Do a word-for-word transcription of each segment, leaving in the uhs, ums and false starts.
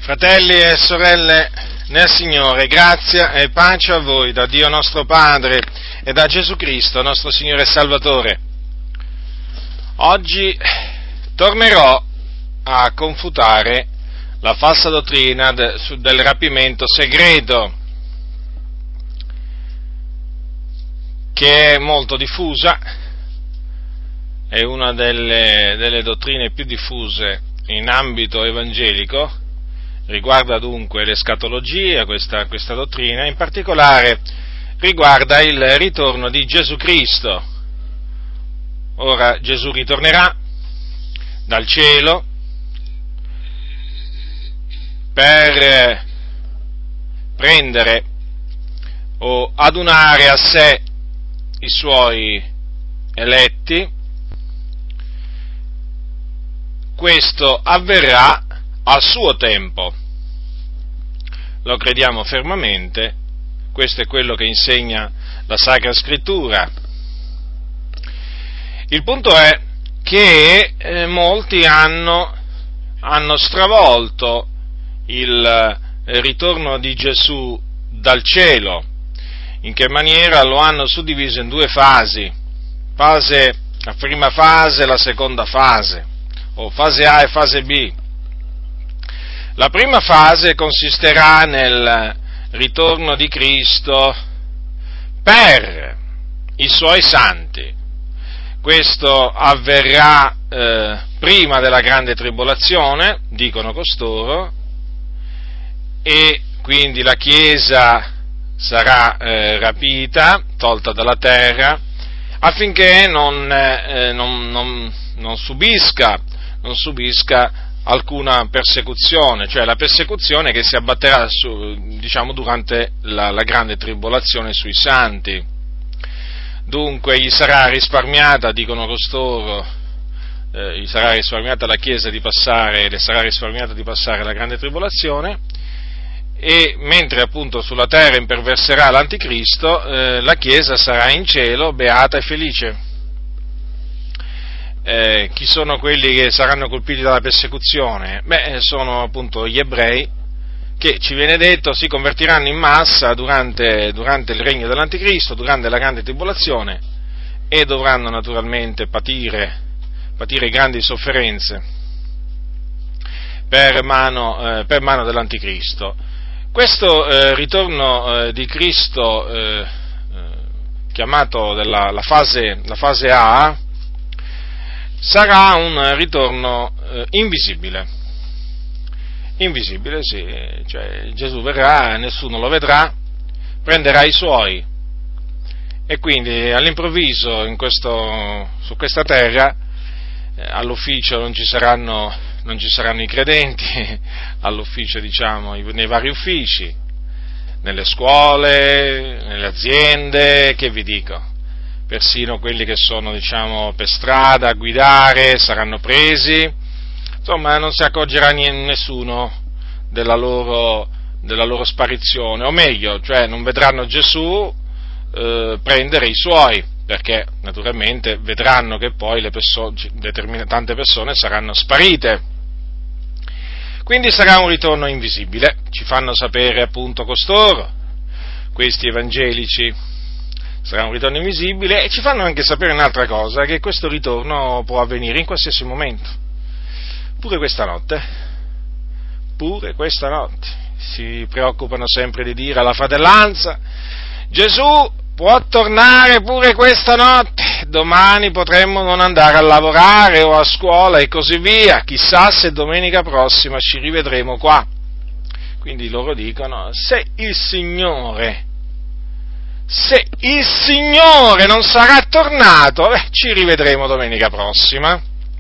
Fratelli e sorelle nel Signore, grazia e pace a voi da Dio nostro Padre e da Gesù Cristo, nostro Signore e Salvatore. Oggi tornerò a confutare la falsa dottrina de, su, del rapimento segreto, che è molto diffusa, è una delle, delle dottrine più diffuse in ambito evangelico. Riguarda dunque l'escatologia, questa, questa dottrina, in particolare riguarda il ritorno di Gesù Cristo. Ora Gesù ritornerà dal cielo per prendere o adunare a sé i suoi eletti. Questo avverrà al suo tempo, lo crediamo fermamente, questo è quello che insegna la Sacra Scrittura. Il punto è che eh, molti hanno, hanno stravolto il eh, ritorno di Gesù dal cielo. In che maniera? Lo hanno suddiviso in due fasi, fase, la prima fase e la seconda fase, o fase A e fase B. La prima fase consisterà nel ritorno di Cristo per i suoi santi. Questo avverrà eh, prima della grande tribolazione, dicono costoro, e quindi la Chiesa sarà eh, rapita, tolta dalla terra, affinché non, eh, non, non, non subisca, non subisca alcuna persecuzione, cioè la persecuzione che si abbatterà su, diciamo, durante la, la grande tribolazione sui santi. Dunque gli sarà risparmiata, dicono costoro, eh, gli sarà risparmiata la Chiesa di passare, le sarà risparmiata di passare la grande tribolazione, e mentre appunto sulla terra imperverserà l'anticristo, eh, la Chiesa sarà in cielo beata e felice. Eh, chi sono quelli che saranno colpiti dalla persecuzione? Beh, sono appunto gli ebrei, che ci viene detto si convertiranno in massa durante, durante il regno dell'anticristo, durante la grande tribolazione, e dovranno naturalmente patire, patire grandi sofferenze per mano, eh, per mano dell'anticristo. Questo eh, ritorno eh, di Cristo, eh, eh, chiamato della, la, fase, la fase A, sarà un ritorno eh, invisibile, invisibile sì, cioè Gesù verrà, nessuno lo vedrà, prenderà i suoi, e quindi all'improvviso in questo, su questa terra eh, all'ufficio non ci saranno, non ci saranno i credenti, all'ufficio diciamo, nei vari uffici, nelle scuole, nelle aziende, che vi dico. Persino quelli che sono, diciamo, per strada a guidare saranno presi, insomma non si accorgerà nessuno della loro, della loro sparizione, o meglio, cioè non vedranno Gesù eh, prendere i suoi, perché naturalmente vedranno che poi le persone, tante persone saranno sparite. Quindi sarà un ritorno invisibile, ci fanno sapere appunto costoro, questi evangelici. Sarà un ritorno invisibile, e ci fanno anche sapere un'altra cosa, che questo ritorno può avvenire in qualsiasi momento, pure questa notte, pure questa notte. Si preoccupano sempre di dire alla fratellanza: Gesù può tornare pure questa notte, domani potremmo non andare a lavorare o a scuola e così via, chissà se domenica prossima ci rivedremo qua. Quindi loro dicono: se il Signore Se il Signore non sarà tornato, beh, ci rivedremo domenica prossima.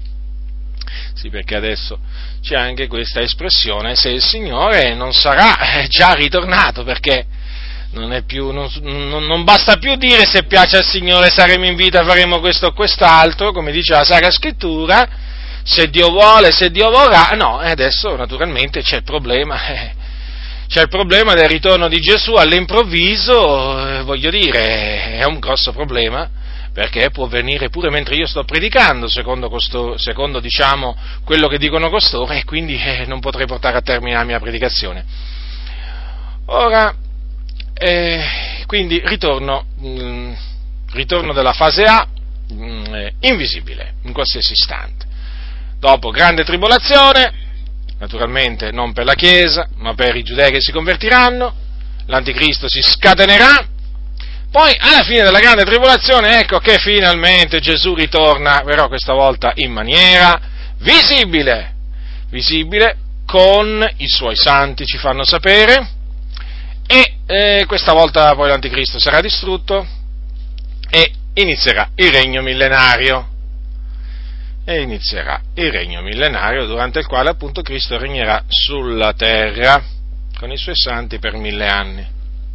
Sì, perché adesso c'è anche questa espressione: se il Signore non sarà già ritornato, perché non è più, non, non, non basta più dire se piace al Signore saremo in vita, faremo questo o quest'altro, come dice la Sacra Scrittura, se Dio vuole, se Dio vorrà. No, e adesso naturalmente c'è il problema, eh, C'è il problema del ritorno di Gesù all'improvviso, eh, voglio dire, è un grosso problema, perché può venire pure mentre io sto predicando, secondo, costoro, secondo diciamo, quello che dicono costoro, e quindi eh, non potrei portare a termine la mia predicazione. Ora, eh, quindi ritorno, mh, ritorno della fase A, mh, invisibile, in qualsiasi istante. Dopo grande tribolazione, naturalmente non per la Chiesa, ma per i giudei che si convertiranno, l'anticristo si scatenerà, poi alla fine della grande tribolazione ecco che finalmente Gesù ritorna, però questa volta in maniera visibile, visibile con i suoi santi, ci fanno sapere, e eh, questa volta poi l'anticristo sarà distrutto e inizierà il regno millenario. E inizierà il regno millenario, durante il quale appunto Cristo regnerà sulla terra con i suoi santi per mille anni.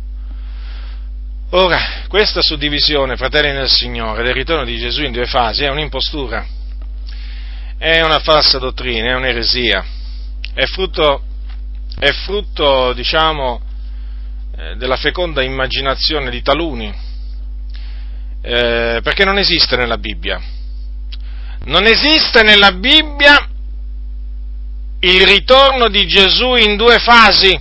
Ora, questa suddivisione, fratelli nel Signore, del ritorno di Gesù in due fasi è un'impostura, è una falsa dottrina, è un'eresia, è frutto, è frutto diciamo, eh, della feconda immaginazione di taluni, eh, perché non esiste nella Bibbia. Non esiste nella Bibbia il ritorno di Gesù in due fasi.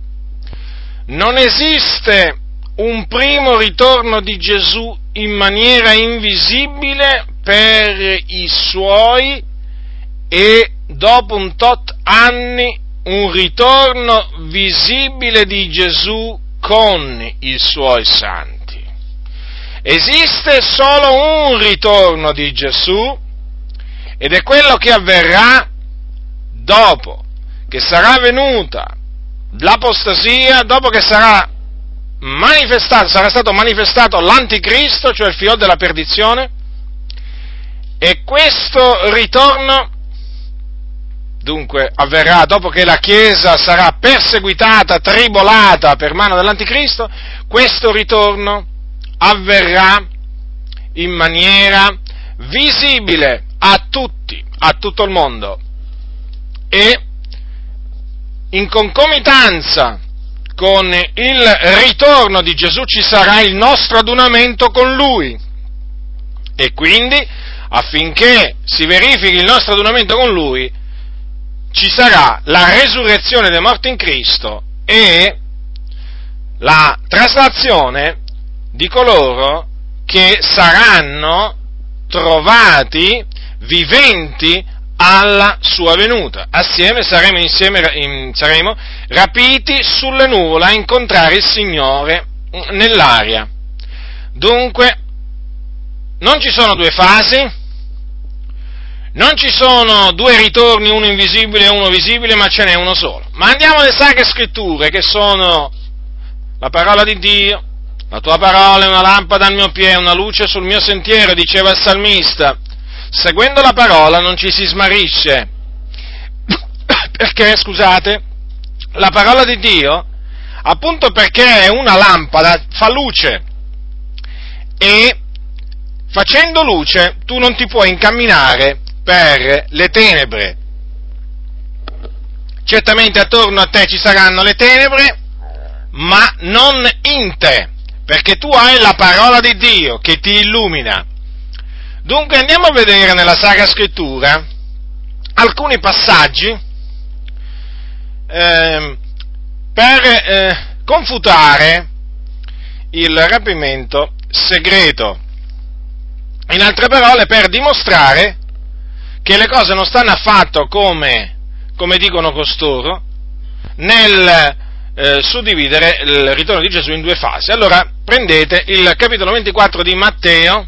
Non esiste un primo ritorno di Gesù in maniera invisibile per i suoi e dopo un tot anni un ritorno visibile di Gesù con i suoi santi. Esiste solo un ritorno di Gesù, ed è quello che avverrà dopo che sarà venuta l'apostasia, dopo che sarà manifestato, sarà stato manifestato l'anticristo, cioè il figlio della perdizione, e questo ritorno dunque avverrà dopo che la Chiesa sarà perseguitata, tribolata per mano dell'anticristo. Questo ritorno avverrà in maniera visibile a tutti, a tutto il mondo, e in concomitanza con il ritorno di Gesù ci sarà il nostro adunamento con Lui, e quindi affinché si verifichi il nostro adunamento con Lui ci sarà la resurrezione dei morti in Cristo e la traslazione di coloro che saranno trovati viventi alla sua venuta. Assieme saremo insieme in, saremo rapiti sulle nuvole a incontrare il Signore nell'aria. Dunque non ci sono due fasi, non ci sono due ritorni, uno invisibile e uno visibile, ma ce n'è uno solo. Ma andiamo alle Sacre Scritture, che sono la parola di Dio. La tua parola è una lampada al mio piede, una luce sul mio sentiero, diceva il salmista. Seguendo la parola non ci si smarrisce, perché, scusate, la parola di Dio, appunto perché è una lampada, fa luce, e facendo luce tu non ti puoi incamminare per le tenebre. Certamente attorno a te ci saranno le tenebre, ma non in te, perché tu hai la parola di Dio che ti illumina. Dunque andiamo a vedere nella Sacra Scrittura alcuni passaggi eh, per eh, confutare il rapimento segreto. In altre parole, per dimostrare che le cose non stanno affatto come, come dicono costoro nel eh, suddividere il ritorno di Gesù in due fasi. Allora prendete il capitolo ventiquattro di Matteo.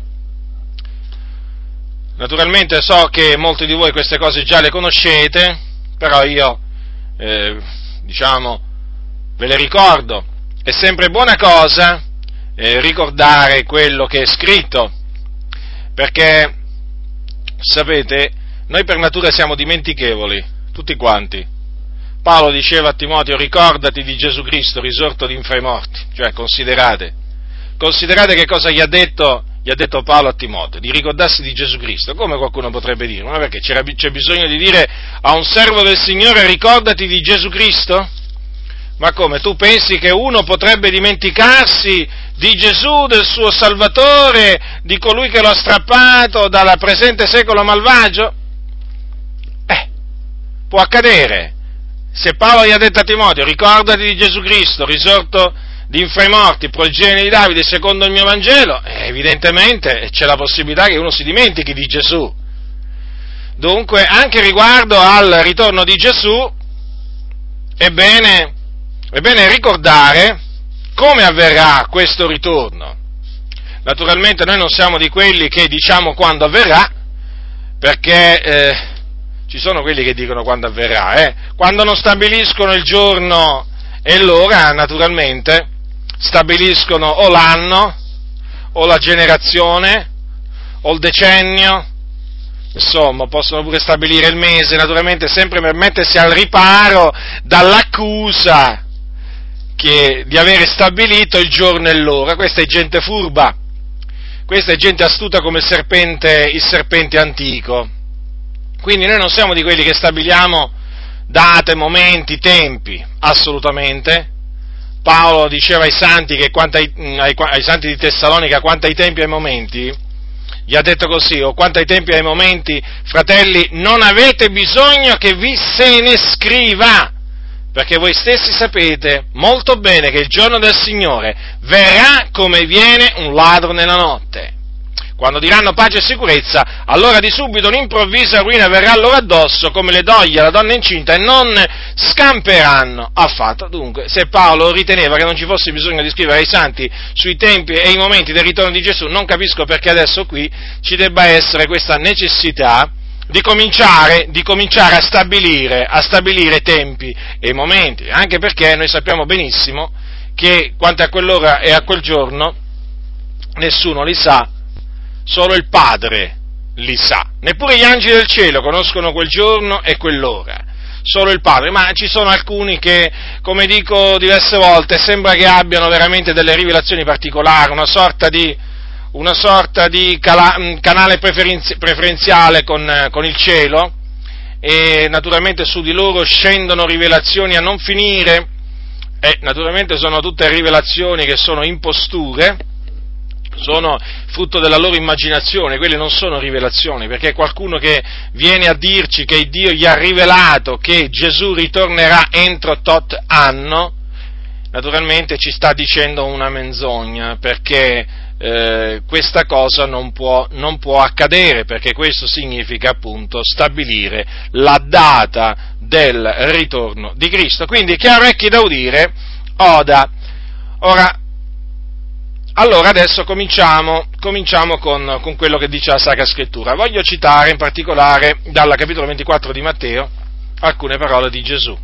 Naturalmente so che molti di voi queste cose già le conoscete, però io, eh, diciamo, ve le ricordo. È sempre buona cosa eh, ricordare quello che è scritto, perché, sapete, noi per natura siamo dimentichevoli, tutti quanti. Paolo diceva a Timoteo: ricordati di Gesù Cristo, risorto d'infra i morti. Cioè, considerate, considerate che cosa gli ha detto Gli ha detto Paolo a Timoteo, di ricordarsi di Gesù Cristo. Come qualcuno potrebbe dire? Ma perché c'era, c'è bisogno di dire a un servo del Signore ricordati di Gesù Cristo? Ma come? Tu pensi che uno potrebbe dimenticarsi di Gesù, del suo Salvatore, di colui che lo ha strappato dal presente secolo malvagio? Eh, può accadere. Se Paolo gli ha detto a Timoteo, ricordati di Gesù Cristo, risorto di fra i morti, progenie di Davide, secondo il mio Vangelo, eh, evidentemente c'è la possibilità che uno si dimentichi di Gesù. Dunque, anche riguardo al ritorno di Gesù, è bene, è bene ricordare come avverrà questo ritorno. Naturalmente noi non siamo di quelli che diciamo quando avverrà, perché eh, ci sono quelli che dicono quando avverrà, eh. Quando non stabiliscono il giorno e l'ora, naturalmente, stabiliscono o l'anno, o la generazione, o il decennio, insomma, possono pure stabilire il mese, naturalmente sempre per mettersi al riparo dall'accusa che, di avere stabilito il giorno e l'ora. Questa è gente furba, questa è gente astuta come il serpente, il serpente antico. Quindi noi non siamo di quelli che stabiliamo date, momenti, tempi, assolutamente. Paolo diceva ai santi, che quanto ai, ai, ai santi di Tessalonica, quanto ai tempi e ai momenti, gli ha detto così: o quanto ai tempi e ai momenti, fratelli, non avete bisogno che vi se ne scriva, perché voi stessi sapete molto bene che il giorno del Signore verrà come viene un ladro nella notte. Quando diranno pace e sicurezza, allora di subito un'improvvisa ruina verrà loro addosso, come le doglie alla donna incinta, e non scamperanno affatto. Dunque, se Paolo riteneva che non ci fosse bisogno di scrivere ai santi sui tempi e i momenti del ritorno di Gesù, non capisco perché adesso qui ci debba essere questa necessità di cominciare, di cominciare a stabilire, a stabilire tempi e momenti, anche perché noi sappiamo benissimo che quanto a quell'ora e a quel giorno nessuno li sa, solo il Padre li sa. Neppure gli angeli del cielo conoscono quel giorno e quell'ora, solo il Padre. Ma ci sono alcuni che, come dico diverse volte, sembra che abbiano veramente delle rivelazioni particolari, una sorta di, una sorta di cala, canale preferenzi, preferenziale con, con il cielo, e naturalmente su di loro scendono rivelazioni a non finire, e naturalmente sono tutte rivelazioni che sono imposture, sono frutto della loro immaginazione. Quelle non sono rivelazioni, perché qualcuno che viene a dirci che Dio gli ha rivelato che Gesù ritornerà entro tot anno, naturalmente ci sta dicendo una menzogna, perché eh, questa cosa non può, non può accadere, perché questo significa appunto stabilire la data del ritorno di Cristo. Quindi chi ha orecchi da udire oda. Ora, Allora adesso cominciamo, cominciamo con, con quello che dice la Sacra Scrittura. Voglio citare in particolare dal capitolo ventiquattro di Matteo alcune parole di Gesù.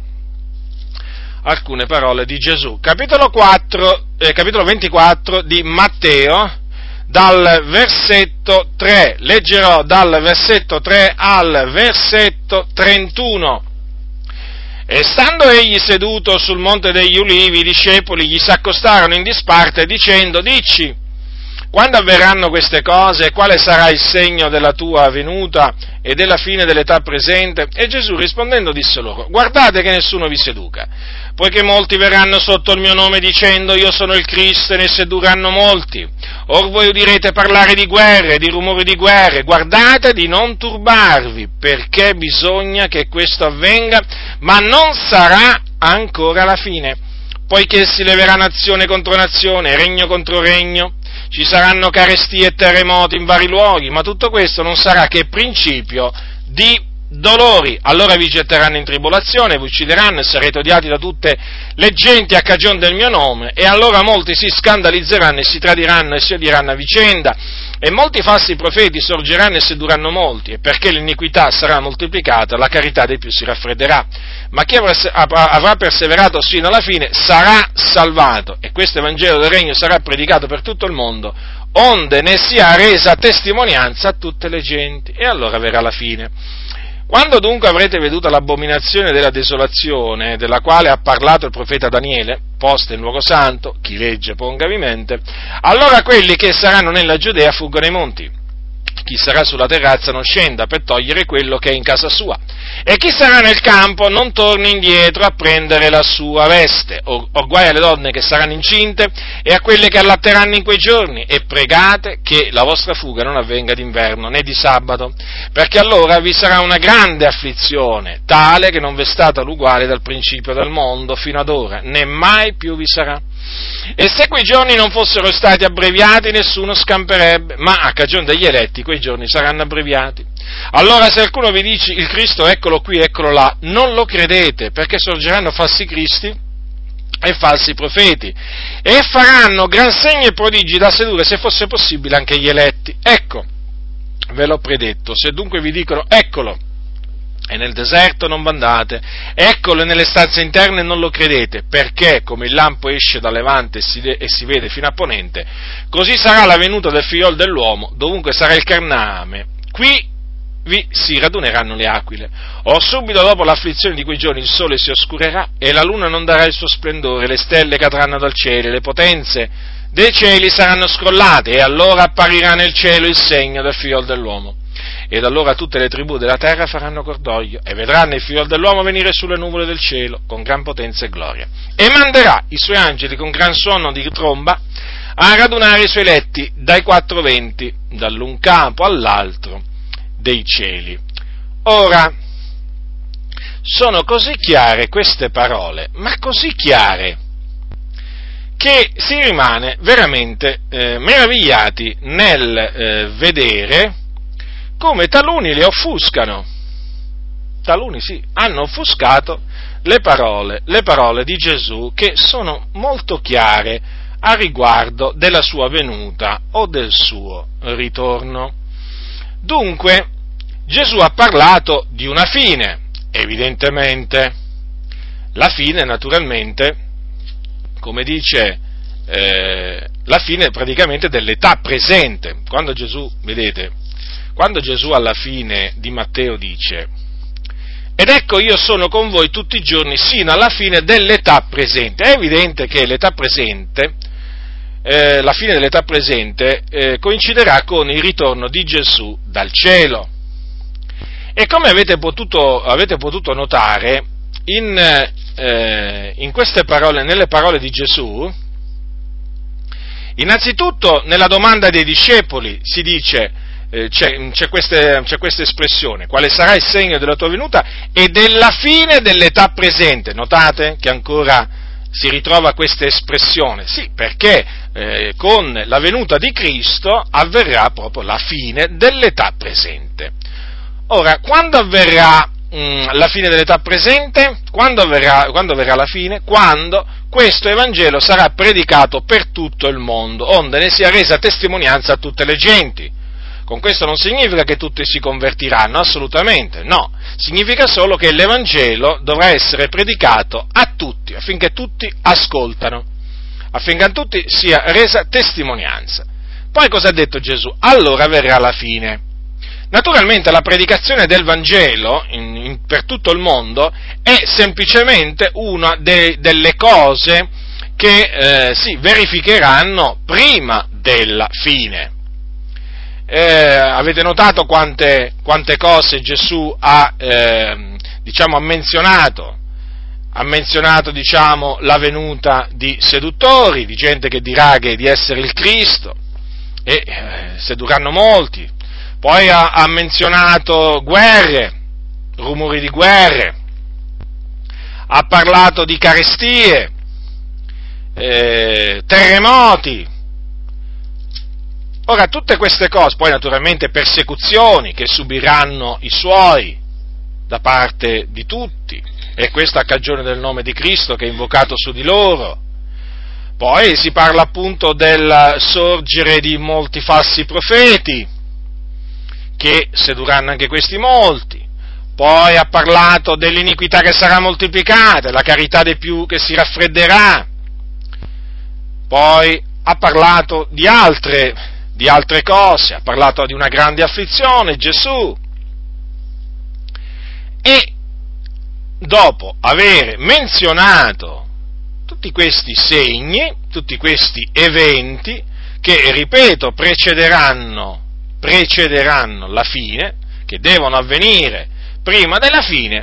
Alcune parole di Gesù. Capitolo quattro, eh, capitolo ventiquattro di Matteo, dal versetto tre. Leggerò dal versetto tre al versetto trentuno. E stando egli seduto sul monte degli Ulivi, i discepoli gli s'accostarono in disparte dicendo: dici, quando avverranno queste cose, e quale sarà il segno della tua venuta e della fine dell'età presente? E Gesù rispondendo disse loro: guardate che nessuno vi seduca, poiché molti verranno sotto il mio nome dicendo: io sono il Cristo, e ne sedurranno molti. Or voi udirete parlare di guerre, di rumori di guerre. Guardate di non turbarvi, perché bisogna che questo avvenga, ma non sarà ancora la fine, poiché si leverà nazione contro nazione, regno contro regno. Ci saranno carestie e terremoti in vari luoghi, ma tutto questo non sarà che principio di dolori. Allora vi getteranno in tribolazione, vi uccideranno e sarete odiati da tutte le genti a cagione del mio nome, e allora molti si scandalizzeranno e si tradiranno e si odieranno a vicenda, e molti falsi profeti sorgeranno e sedurranno molti, e perché l'iniquità sarà moltiplicata, la carità dei più si raffredderà. Ma chi avrà perseverato sino alla fine sarà salvato, e questo Evangelo del Regno sarà predicato per tutto il mondo, onde ne sia resa testimonianza a tutte le genti, e allora verrà la fine. Quando dunque avrete veduto l'abominazione della desolazione, della quale ha parlato il profeta Daniele, posta in luogo santo, chi legge pongavi mente, allora quelli che saranno nella Giudea fuggono ai monti, chi sarà sulla terrazza non scenda per togliere quello che è in casa sua, e chi sarà nel campo non torni indietro a prendere la sua veste, o, o guai alle donne che saranno incinte e a quelle che allatteranno in quei giorni, e pregate che la vostra fuga non avvenga d'inverno né di sabato, perché allora vi sarà una grande afflizione, tale che non v'è stata l'uguale dal principio del mondo fino ad ora, né mai più vi sarà. E se quei giorni non fossero stati abbreviati, nessuno scamperebbe, ma a cagione degli eletti quei giorni saranno abbreviati. Allora se qualcuno vi dice il Cristo eccolo qui, eccolo là, non lo credete, perché sorgeranno falsi cristi e falsi profeti, e faranno gran segni e prodigi da sedurre, se fosse possibile, anche gli eletti. Ecco, ve l'ho predetto. Se dunque vi dicono eccolo, e nel deserto non vandate, eccolo nelle stanze interne non lo credete, perché come il lampo esce da levante e si, de- e si vede fino a ponente, così sarà la venuta del figliol dell'uomo, dovunque sarà il carname, qui vi si raduneranno le aquile. Or subito dopo l'afflizione di quei giorni il sole si oscurerà e la luna non darà il suo splendore, le stelle cadranno dal cielo, le potenze dei cieli saranno scrollate, e allora apparirà nel cielo il segno del figliol dell'uomo. Ed allora tutte le tribù della terra faranno cordoglio, e vedranno il figlio dell'uomo venire sulle nuvole del cielo, con gran potenza e gloria. E manderà i suoi angeli con gran suono di tromba a radunare i suoi eletti dai quattro venti, dall'un capo all'altro dei cieli. Ora, sono così chiare queste parole, ma così chiare, che si rimane veramente eh, meravigliati nel eh, vedere come taluni le offuscano. Taluni sì, hanno offuscato le parole, le parole di Gesù, che sono molto chiare a riguardo della sua venuta o del suo ritorno. Dunque, Gesù ha parlato di una fine, evidentemente. La fine, naturalmente, come dice, eh, la fine praticamente dell'età presente. Quando Gesù, vedete, Quando Gesù alla fine di Matteo dice: ed ecco io sono con voi tutti i giorni sino alla fine dell'età presente, è evidente che l'età presente, eh, la fine dell'età presente eh, coinciderà con il ritorno di Gesù dal cielo. E come avete potuto, avete potuto notare, in, eh, in queste parole, nelle parole di Gesù, innanzitutto nella domanda dei discepoli si dice, C'è, c'è, queste, c'è questa espressione: quale sarà il segno della tua venuta e della fine dell'età presente? Notate che ancora si ritrova questa espressione? Sì, perché eh, con la venuta di Cristo avverrà proprio la fine dell'età presente. Ora, quando avverrà mh, la fine dell'età presente? Quando avverrà, quando avverrà la fine? Quando questo Evangelo sarà predicato per tutto il mondo, onde ne sia resa testimonianza a tutte le genti. Con questo non significa che tutti si convertiranno, assolutamente, no. Significa solo che l'Evangelo dovrà essere predicato a tutti, affinché tutti ascoltano, affinché a tutti sia resa testimonianza. Poi cosa ha detto Gesù? Allora verrà la fine. Naturalmente la predicazione del Vangelo in, in, per tutto il mondo è semplicemente una de, delle cose che eh, si verificheranno prima della fine. Eh, avete notato quante, quante cose Gesù ha, eh, diciamo, ha menzionato? Ha menzionato, diciamo, la venuta di seduttori, di gente che dirà che di essere il Cristo, e eh, sedurranno molti. Poi ha, ha menzionato guerre, rumori di guerre, ha parlato di carestie, eh, terremoti. Ora, tutte queste cose, poi naturalmente persecuzioni che subiranno i suoi da parte di tutti, e questo a cagione del nome di Cristo che è invocato su di loro. Poi si parla appunto del sorgere di molti falsi profeti, che sedurranno anche questi molti. Poi ha parlato dell'iniquità che sarà moltiplicata, la carità dei più che si raffredderà. Poi ha parlato di altre di altre cose, ha parlato di una grande afflizione, Gesù, e dopo aver menzionato tutti questi segni, tutti questi eventi, che, ripeto, precederanno precederanno la fine, che devono avvenire prima della fine,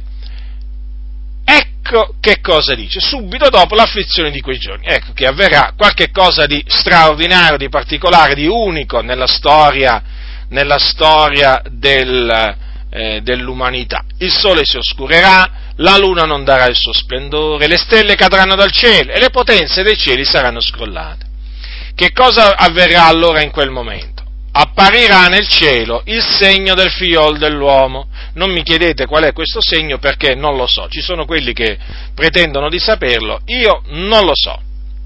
ecco che cosa dice, subito dopo l'afflizione di quei giorni, ecco che avverrà qualche cosa di straordinario, di particolare, di unico nella storia, nella storia del, eh, dell'umanità. Il sole si oscurerà, la luna non darà il suo splendore, le stelle cadranno dal cielo e le potenze dei cieli saranno scrollate. Che cosa avverrà allora in quel momento? Apparirà nel cielo il segno del figliol dell'uomo. Non mi chiedete qual è questo segno perché non lo so, ci sono quelli che pretendono di saperlo, io non lo so.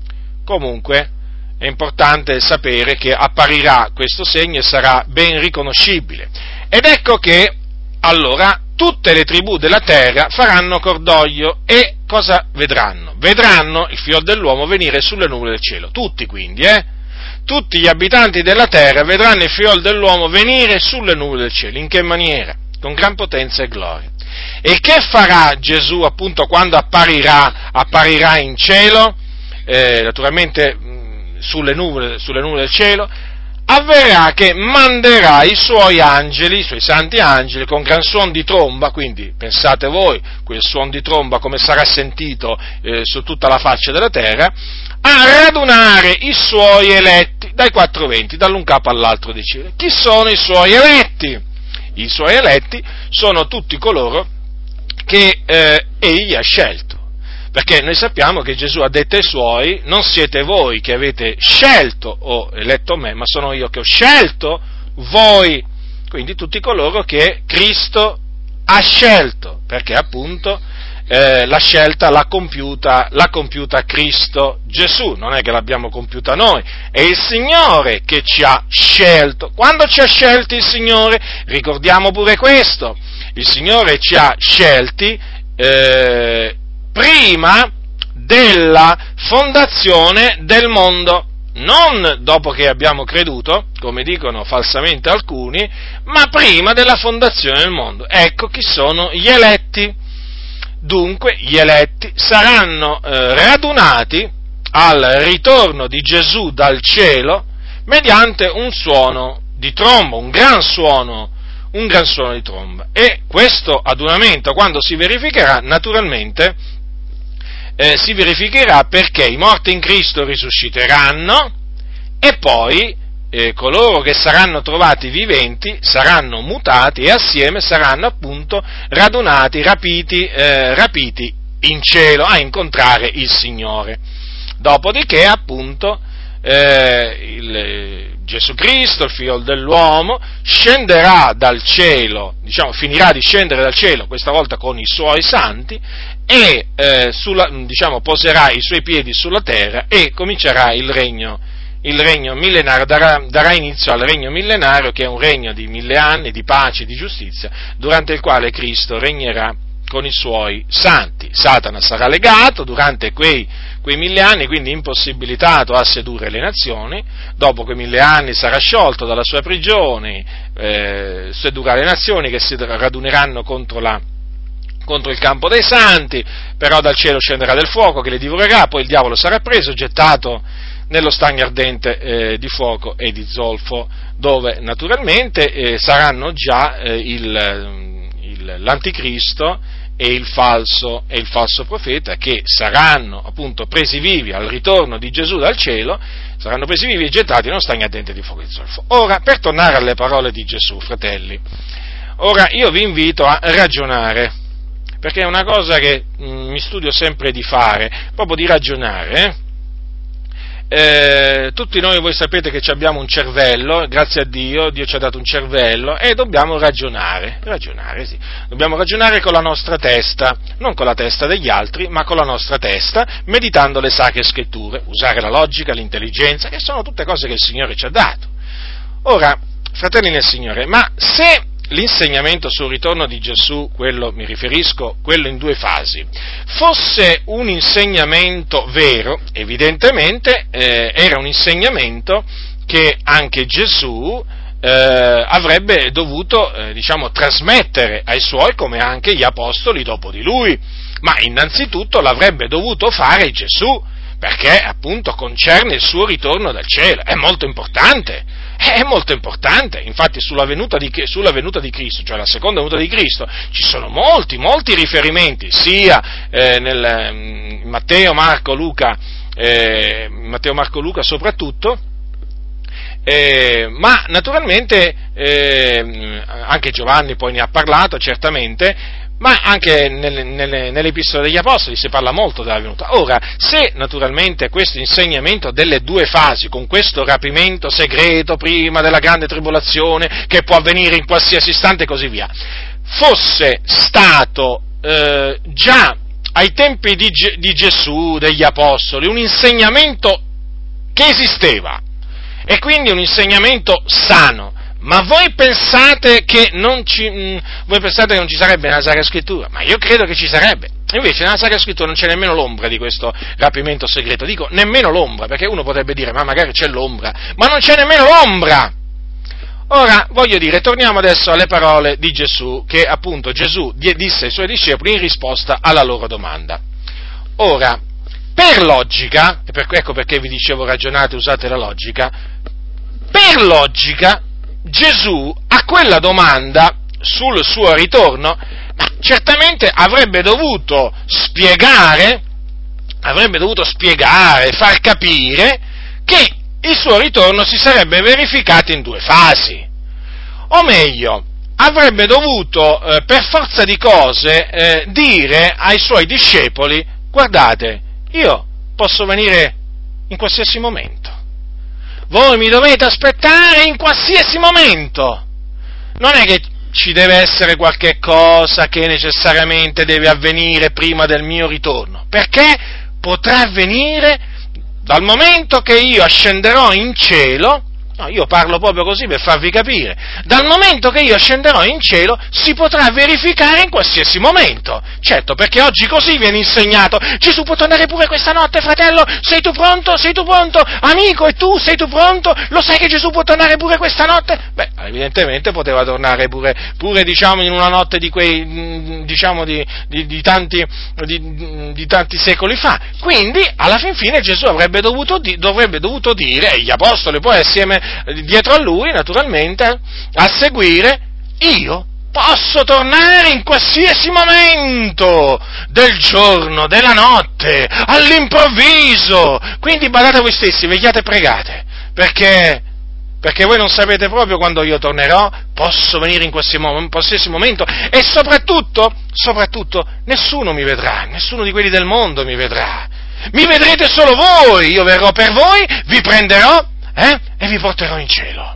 Comunque è importante sapere che apparirà questo segno e sarà ben riconoscibile. Ed ecco che allora tutte le tribù della terra faranno cordoglio e cosa vedranno? Vedranno il figlio dell'uomo venire sulle nuvole del cielo, tutti quindi, eh? Tutti gli abitanti della terra vedranno il figlio dell'uomo venire sulle nuvole del cielo. In che maniera? Con gran potenza e gloria. E che farà Gesù appunto quando apparirà, apparirà in cielo? Eh, naturalmente mh, sulle nuvole, sulle nuvole del cielo. Avverrà che manderà i suoi angeli, i suoi santi angeli, con gran suon di tromba, quindi pensate voi, quel suon di tromba come sarà sentito eh, su tutta la faccia della terra, a radunare i suoi eletti dai quattro venti, dall'un capo all'altro dei cieli. Chi sono i suoi eletti? I suoi eletti sono tutti coloro che eh, egli ha scelto. Perché noi sappiamo che Gesù ha detto ai suoi, non siete voi che avete scelto o eletto me, ma sono io che ho scelto voi. Quindi tutti coloro che Cristo ha scelto, perché appunto eh, la scelta l'ha compiuta, l'ha compiuta Cristo Gesù, non è che l'abbiamo compiuta noi, è il Signore che ci ha scelto. Quando ci ha scelti il Signore, ricordiamo pure questo, il Signore ci ha scelti eh, prima della fondazione del mondo, non dopo che abbiamo creduto, come dicono falsamente alcuni, ma prima della fondazione del mondo. Ecco chi sono gli eletti. Dunque gli eletti saranno eh, radunati al ritorno di Gesù dal cielo mediante un suono di tromba, un gran suono, un gran suono di tromba. E questo adunamento, quando si verificherà, naturalmente Eh, si verificherà perché i morti in Cristo risusciteranno e poi eh, coloro che saranno trovati viventi saranno mutati e assieme saranno appunto radunati, rapiti, eh, rapiti in cielo a incontrare il Signore. Dopodiché appunto eh, il, Gesù Cristo, il Figlio dell'uomo, scenderà dal cielo, diciamo finirà di scendere dal cielo, questa volta con i suoi santi, e eh, sulla, diciamo, poserà i suoi piedi sulla terra e comincerà il regno, il regno millenario, darà, darà inizio al regno millenario, che è un regno di mille anni, di pace, di giustizia, durante il quale Cristo regnerà con i suoi santi. Satana sarà legato durante quei, quei mille anni, quindi impossibilitato a sedurre le nazioni. Dopo quei mille anni sarà sciolto dalla sua prigione, eh, sedurrà le nazioni che si raduneranno contro la contro il campo dei santi, però dal cielo scenderà del fuoco che le divorerà, poi il diavolo sarà preso, gettato nello stagno ardente eh, di fuoco e di zolfo, dove naturalmente eh, saranno già eh, il, il, l'anticristo e il falso e il falso profeta, che saranno appunto presi vivi al ritorno di Gesù dal cielo, saranno presi vivi e gettati nello stagno ardente di fuoco e di zolfo. Ora, per tornare alle parole di Gesù, fratelli, ora io vi invito a ragionare, perché è una cosa che mh, mi studio sempre di fare, proprio di ragionare. Eh? Eh, tutti noi, voi sapete che abbiamo un cervello, grazie a Dio, Dio ci ha dato un cervello e dobbiamo ragionare, ragionare sì, dobbiamo ragionare con la nostra testa, non con la testa degli altri, ma con la nostra testa, meditando le sacre scritture, usare la logica, l'intelligenza, che sono tutte cose che il Signore ci ha dato. Ora, fratelli nel Signore, ma se l'insegnamento sul ritorno di Gesù, quello mi riferisco, quello in due fasi, fosse un insegnamento vero, evidentemente eh, era un insegnamento che anche Gesù eh, avrebbe dovuto, eh, diciamo, trasmettere ai suoi, come anche gli apostoli dopo di lui, ma innanzitutto l'avrebbe dovuto fare Gesù, perché appunto concerne il suo ritorno dal cielo, è molto importante, è molto importante. Infatti sulla venuta di, sulla venuta di Cristo, cioè la seconda venuta di Cristo, ci sono molti, molti riferimenti, sia eh, nel in Matteo, Marco, Luca, eh, Matteo, Marco, Luca soprattutto, eh, ma naturalmente eh, anche Giovanni poi ne ha parlato certamente, ma anche nelle, nelle, nell'Epistola degli Apostoli si parla molto della venuta. Ora, se naturalmente questo insegnamento delle due fasi, con questo rapimento segreto prima della grande tribolazione, che può avvenire in qualsiasi istante e così via, fosse stato eh, già ai tempi di, di Gesù, degli Apostoli, un insegnamento che esisteva, e quindi un insegnamento sano, ma voi pensate che non ci, mh, voi pensate che non ci sarebbe nella Sacra Scrittura? Ma io credo che ci sarebbe. Invece nella Sacra Scrittura non c'è nemmeno l'ombra di questo rapimento segreto. Dico nemmeno l'ombra, perché uno potrebbe dire, ma magari c'è l'ombra, ma non c'è nemmeno l'ombra. Ora, voglio dire, torniamo adesso alle parole di Gesù, che appunto Gesù disse ai suoi discepoli in risposta alla loro domanda. Ora, per logica, e per, ecco perché vi dicevo ragionate, usate la logica, per logica, Gesù a quella domanda sul suo ritorno, ma certamente avrebbe dovuto spiegare, avrebbe dovuto spiegare, far capire che il suo ritorno si sarebbe verificato in due fasi, o meglio, avrebbe dovuto eh, per forza di cose eh, dire ai suoi discepoli: guardate, io posso venire in qualsiasi momento. Voi mi dovete aspettare in qualsiasi momento. Non è che ci deve essere qualche cosa che necessariamente deve avvenire prima del mio ritorno, perché potrà avvenire dal momento che io ascenderò in cielo. No, io parlo proprio così per farvi capire. Dal momento che io scenderò in cielo si potrà verificare in qualsiasi momento. Certo, perché oggi così viene insegnato. Gesù può tornare pure questa notte, fratello? Sei tu pronto? Sei tu pronto? Amico, e tu? Sei tu pronto? Lo sai che Gesù può tornare pure questa notte? Beh, evidentemente poteva tornare pure, pure diciamo, in una notte di quei, diciamo, di, di, di, tanti, di, di tanti secoli fa. Quindi, alla fin fine, Gesù avrebbe dovuto, dovrebbe dovuto dire, e gli apostoli poi assieme dietro a lui, naturalmente, a seguire: io posso tornare in qualsiasi momento del giorno, della notte, all'improvviso. Quindi badate voi stessi, vegliate e pregate, perché, perché voi non sapete proprio quando io tornerò. Posso venire in qualsiasi momento, e soprattutto, soprattutto, nessuno mi vedrà, nessuno di quelli del mondo mi vedrà. Mi vedrete solo voi, io verrò per voi, vi prenderò, Eh? e vi porterò in cielo.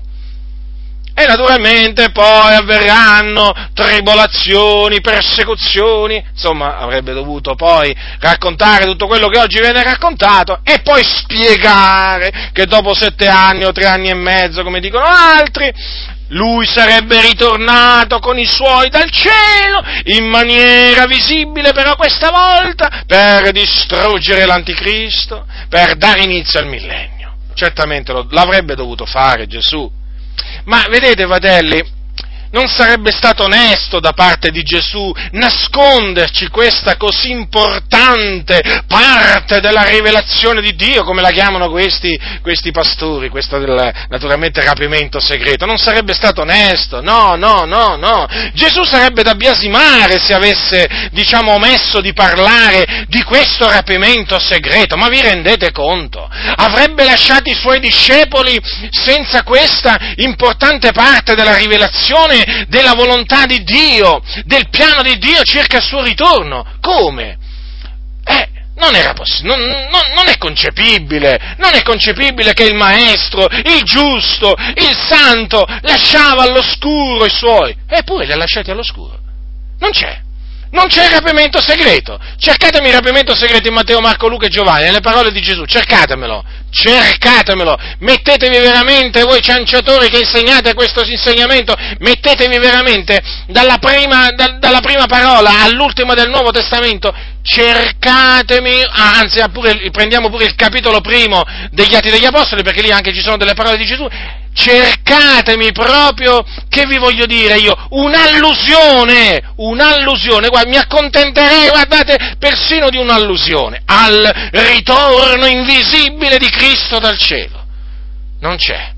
E naturalmente poi avverranno tribolazioni, persecuzioni, insomma avrebbe dovuto poi raccontare tutto quello che oggi viene raccontato e poi spiegare che dopo sette anni o tre anni e mezzo, come dicono altri, lui sarebbe ritornato con i suoi dal cielo in maniera visibile, però questa volta per distruggere l'anticristo, per dare inizio al millennio. Certamente lo, l'avrebbe dovuto fare Gesù, ma vedete, fratelli, non sarebbe stato onesto da parte di Gesù nasconderci questa così importante parte della rivelazione di Dio, come la chiamano questi, questi pastori, questo del, naturalmente, rapimento segreto. Non sarebbe stato onesto, no, no, no, no. Gesù sarebbe da biasimare se avesse, diciamo, omesso di parlare di questo rapimento segreto, ma vi rendete conto? Avrebbe lasciato i suoi discepoli senza questa importante parte della rivelazione della volontà di Dio, del piano di Dio circa il suo ritorno. Come? Eh, non era possibile, non, non, non è concepibile, non è concepibile che il maestro, il giusto, il santo, lasciava all'oscuro i suoi, eppure li ha lasciati all'oscuro. Non c'è. Non c'è il rapimento segreto. Cercatemi il rapimento segreto in Matteo, Marco, Luca e Giovanni, nelle parole di Gesù, cercatemelo, cercatemelo, mettetevi veramente, voi cianciatori che insegnate questo insegnamento, mettetevi veramente dalla prima, da, dalla prima parola all'ultima del Nuovo Testamento, cercatemi, anzi pure, prendiamo pure il capitolo primo degli Atti degli Apostoli, perché lì anche ci sono delle parole di Gesù. Cercatemi proprio, che vi voglio dire io, un'allusione, un'allusione, guarda, mi accontenterei, guardate, persino di un'allusione al ritorno invisibile di Cristo dal cielo. Non c'è,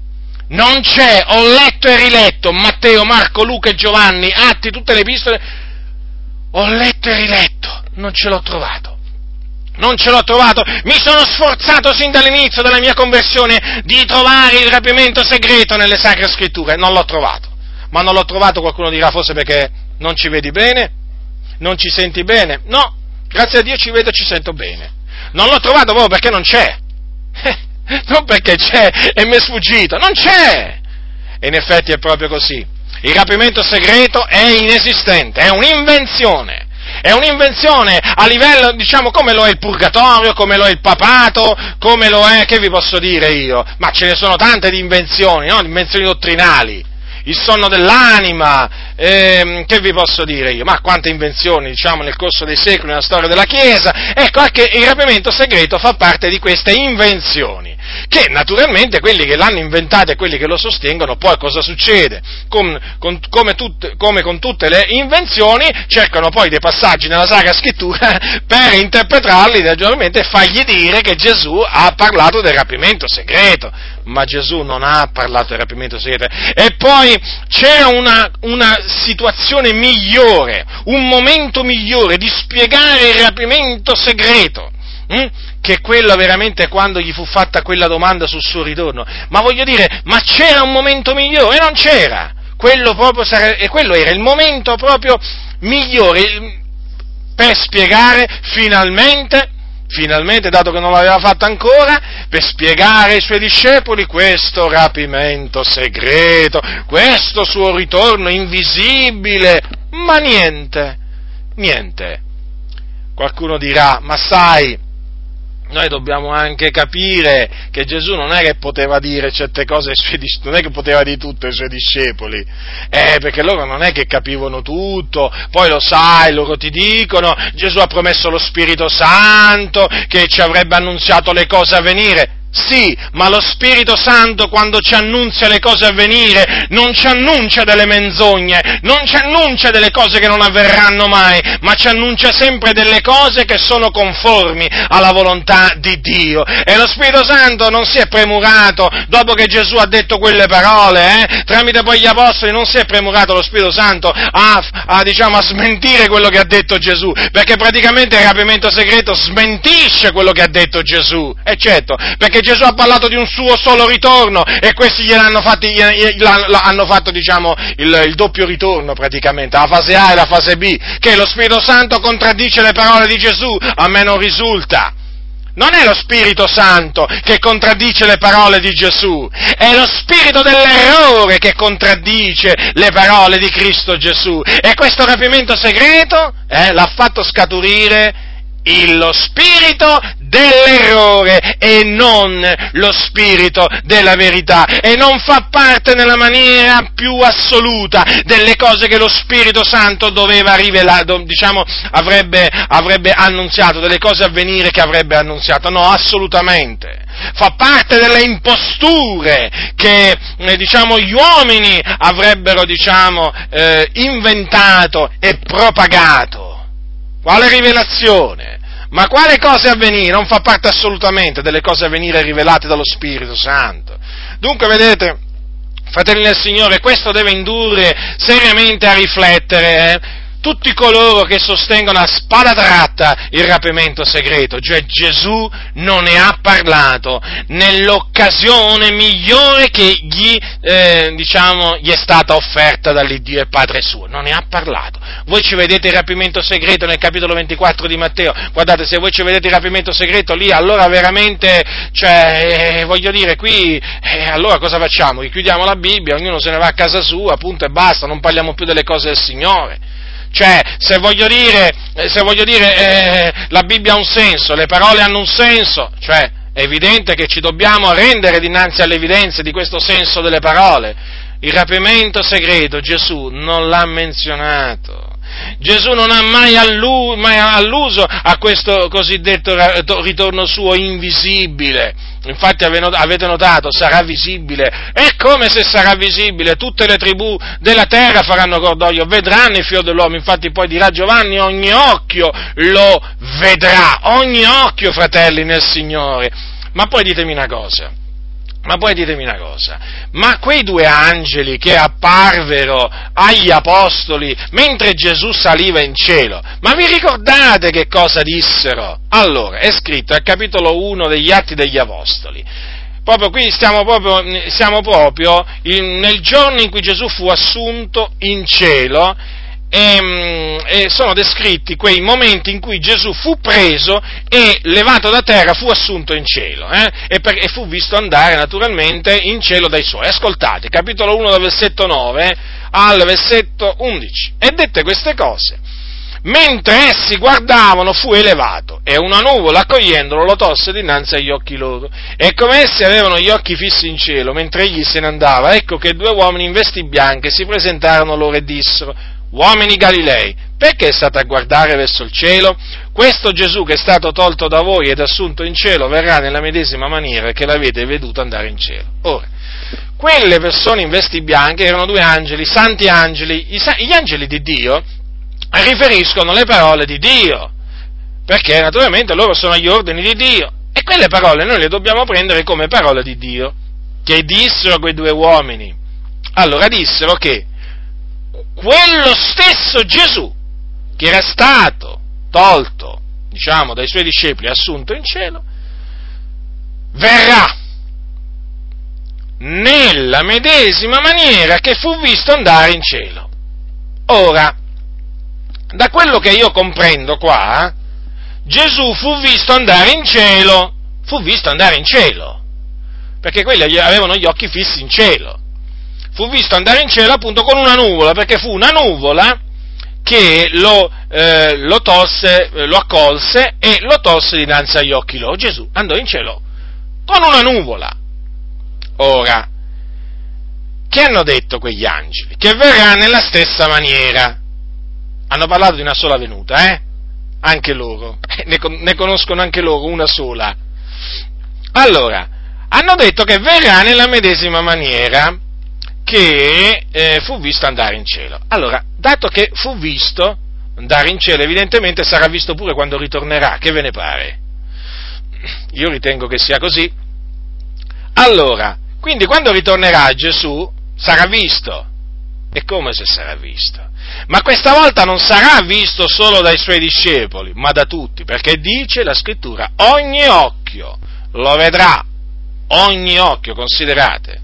Non c'è, ho letto e riletto Matteo, Marco, Luca e Giovanni, Atti, tutte le epistole, ho letto e riletto, non ce l'ho trovato. Non ce l'ho trovato, mi sono sforzato sin dall'inizio della mia conversione di trovare il rapimento segreto nelle Sacre Scritture, non l'ho trovato. Ma non l'ho trovato, qualcuno dirà, forse perché non ci vedi bene? Non ci senti bene? No, grazie a Dio ci vedo e ci sento bene. Non l'ho trovato proprio perché non c'è. Non perché c'è e mi è sfuggito, non c'è! E in effetti è proprio così. Il rapimento segreto è inesistente, è un'invenzione. È un'invenzione a livello, diciamo, come lo è il purgatorio, come lo è il papato, come lo è, che vi posso dire io? Ma ce ne sono tante di invenzioni, no? Di invenzioni dottrinali. Il sonno dell'anima, ehm, che vi posso dire io? Ma quante invenzioni, diciamo, nel corso dei secoli, nella storia della Chiesa. Ecco, anche il rapimento segreto fa parte di queste invenzioni, che naturalmente quelli che l'hanno inventato e quelli che lo sostengono, poi cosa succede? Con, con, come, tutte, come con tutte le invenzioni, cercano poi dei passaggi nella Sacra Scrittura per interpretarli naturalmente e fargli dire che Gesù ha parlato del rapimento segreto. Ma Gesù non ha parlato del rapimento segreto. E poi c'era una, una situazione migliore, un momento migliore di spiegare il rapimento segreto, hm? che quello veramente quando gli fu fatta quella domanda sul suo ritorno. Ma voglio dire, ma c'era un momento migliore? E non c'era. Quello proprio sare- e quello era il momento proprio migliore per spiegare finalmente Finalmente, dato che non l'aveva fatto ancora, per spiegare ai suoi discepoli questo rapimento segreto, questo suo ritorno invisibile, ma niente, niente. Qualcuno dirà, ma sai, noi dobbiamo anche capire che Gesù non è che poteva dire certe cose ai suoi discepoli, non è che poteva dire tutto ai suoi discepoli, eh, perché loro non è che capivano tutto, poi lo sai, loro ti dicono, Gesù ha promesso lo Spirito Santo, che ci avrebbe annunziato le cose a venire. Sì, ma lo Spirito Santo quando ci annunzia le cose a venire non ci annuncia delle menzogne, non ci annuncia delle cose che non avverranno mai, ma ci annuncia sempre delle cose che sono conformi alla volontà di Dio. E lo Spirito Santo non si è premurato, dopo che Gesù ha detto quelle parole, eh, tramite poi gli Apostoli, non si è premurato lo Spirito Santo a, a, diciamo, a smentire quello che ha detto Gesù, perché praticamente il rapimento segreto smentisce quello che ha detto Gesù, e certo, perché Gesù ha parlato di un suo solo ritorno e questi gliel'hanno fatti, hanno fatto, diciamo, il, il doppio ritorno praticamente, la fase A e la fase B, che lo Spirito Santo contraddice le parole di Gesù, a me non risulta. Non è lo Spirito Santo che contraddice le parole di Gesù, è lo spirito dell'errore che contraddice le parole di Cristo Gesù. E questo rapimento segreto eh, l'ha fatto scaturire il, lo spirito dell'errore e non lo spirito della verità, e non fa parte nella maniera più assoluta delle cose che lo Spirito Santo doveva rivelare, diciamo, avrebbe, avrebbe annunziato, delle cose a venire che avrebbe annunziato, no, assolutamente. Fa parte delle imposture che, eh, diciamo, gli uomini avrebbero, diciamo, eh, inventato e propagato. Quale rivelazione? Ma quale cose a venire? Non fa parte assolutamente delle cose a venire rivelate dallo Spirito Santo. Dunque, vedete, fratelli del Signore, questo deve indurre seriamente a riflettere, eh? Tutti coloro che sostengono a spada tratta il rapimento segreto, cioè Gesù non ne ha parlato nell'occasione migliore che gli, eh, diciamo, gli è stata offerta dall'Iddio e Padre suo, non ne ha parlato. Voi ci vedete il rapimento segreto nel capitolo ventiquattro di Matteo, guardate, se voi ci vedete il rapimento segreto lì, allora veramente, cioè, eh, voglio dire, qui, eh, allora cosa facciamo? Chiudiamo la Bibbia, ognuno se ne va a casa sua, punto e basta, non parliamo più delle cose del Signore. Cioè, se voglio dire, se voglio dire eh, la Bibbia ha un senso, le parole hanno un senso, cioè, è evidente che ci dobbiamo arrendere dinanzi alle evidenze di questo senso delle parole. Il rapimento segreto Gesù non l'ha menzionato. Gesù non ha mai, allu- mai alluso a questo cosiddetto ritorno suo invisibile. Infatti avete notato, sarà visibile. È come se sarà visibile. Tutte le tribù della terra faranno cordoglio, vedranno il figlio dell'uomo. Infatti poi dirà Giovanni, ogni occhio lo vedrà. Ogni occhio, fratelli nel Signore. Ma poi ditemi una cosa. Ma poi ditemi una cosa, ma quei due angeli che apparvero agli apostoli mentre Gesù saliva in cielo, ma vi ricordate che cosa dissero? Allora, è scritto al capitolo uno degli Atti degli Apostoli. Proprio qui stiamo proprio, siamo proprio in, nel giorno in cui Gesù fu assunto in cielo, e, e sono descritti quei momenti in cui Gesù fu preso e levato da terra, fu assunto in cielo, eh? e, per, e fu visto andare naturalmente in cielo dai suoi. Ascoltate, capitolo uno dal versetto nove al versetto undici. E dette queste cose, mentre essi guardavano, fu elevato, e una nuvola, accogliendolo, lo tolse dinanzi agli occhi loro. E come essi avevano gli occhi fissi in cielo, mentre egli se ne andava, ecco che due uomini in vesti bianche si presentarono loro e dissero: uomini Galilei, perché state a guardare verso il cielo? Questo Gesù che è stato tolto da voi ed assunto in cielo verrà nella medesima maniera che l'avete veduto andare in cielo. Ora, quelle persone in vesti bianche erano due angeli, santi angeli. Gli angeli di Dio riferiscono le parole di Dio, perché naturalmente loro sono agli ordini di Dio, e quelle parole noi le dobbiamo prendere come parole di Dio. Che dissero quei due uomini? Allora dissero che quello stesso Gesù, che era stato tolto, diciamo, dai suoi discepoli, assunto in cielo, verrà nella medesima maniera che fu visto andare in cielo. Ora, da quello che io comprendo qua, Gesù fu visto andare in cielo, fu visto andare in cielo, perché quelli avevano gli occhi fissi in cielo. Fu visto andare in cielo appunto con una nuvola, perché fu una nuvola che lo, eh, lo tolse, lo accolse e lo tolse dinanzi agli occhi loro. Gesù andò in cielo con una nuvola. Ora, che hanno detto quegli angeli? Che verrà nella stessa maniera. Hanno parlato di una sola venuta, eh? Anche loro, ne, ne conoscono anche loro una sola. Allora, hanno detto che verrà nella medesima maniera che eh, fu visto andare in cielo. Allora, dato che fu visto andare in cielo, evidentemente sarà visto pure quando ritornerà. Che ve ne pare? Io ritengo che sia così. Allora, quindi quando ritornerà Gesù sarà visto. E come se sarà visto? Ma questa volta non sarà visto solo dai suoi discepoli, ma da tutti, perché dice la Scrittura: ogni occhio lo vedrà, ogni occhio, considerate.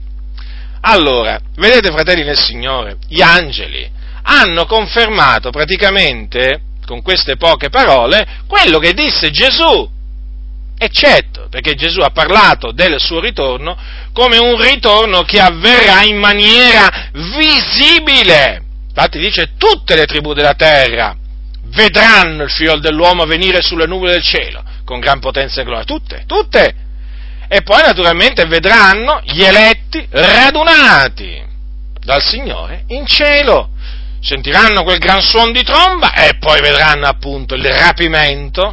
Allora, vedete, fratelli nel Signore, gli angeli hanno confermato praticamente, con queste poche parole, quello che disse Gesù, eccetto, perché Gesù ha parlato del suo ritorno come un ritorno che avverrà in maniera visibile. Infatti dice: tutte le tribù della terra vedranno il Figlio dell'uomo venire sulle nuvole del cielo, con gran potenza e gloria. Tutte, tutte! E poi naturalmente vedranno gli eletti radunati dal Signore in cielo, sentiranno quel gran suono di tromba e poi vedranno appunto il rapimento,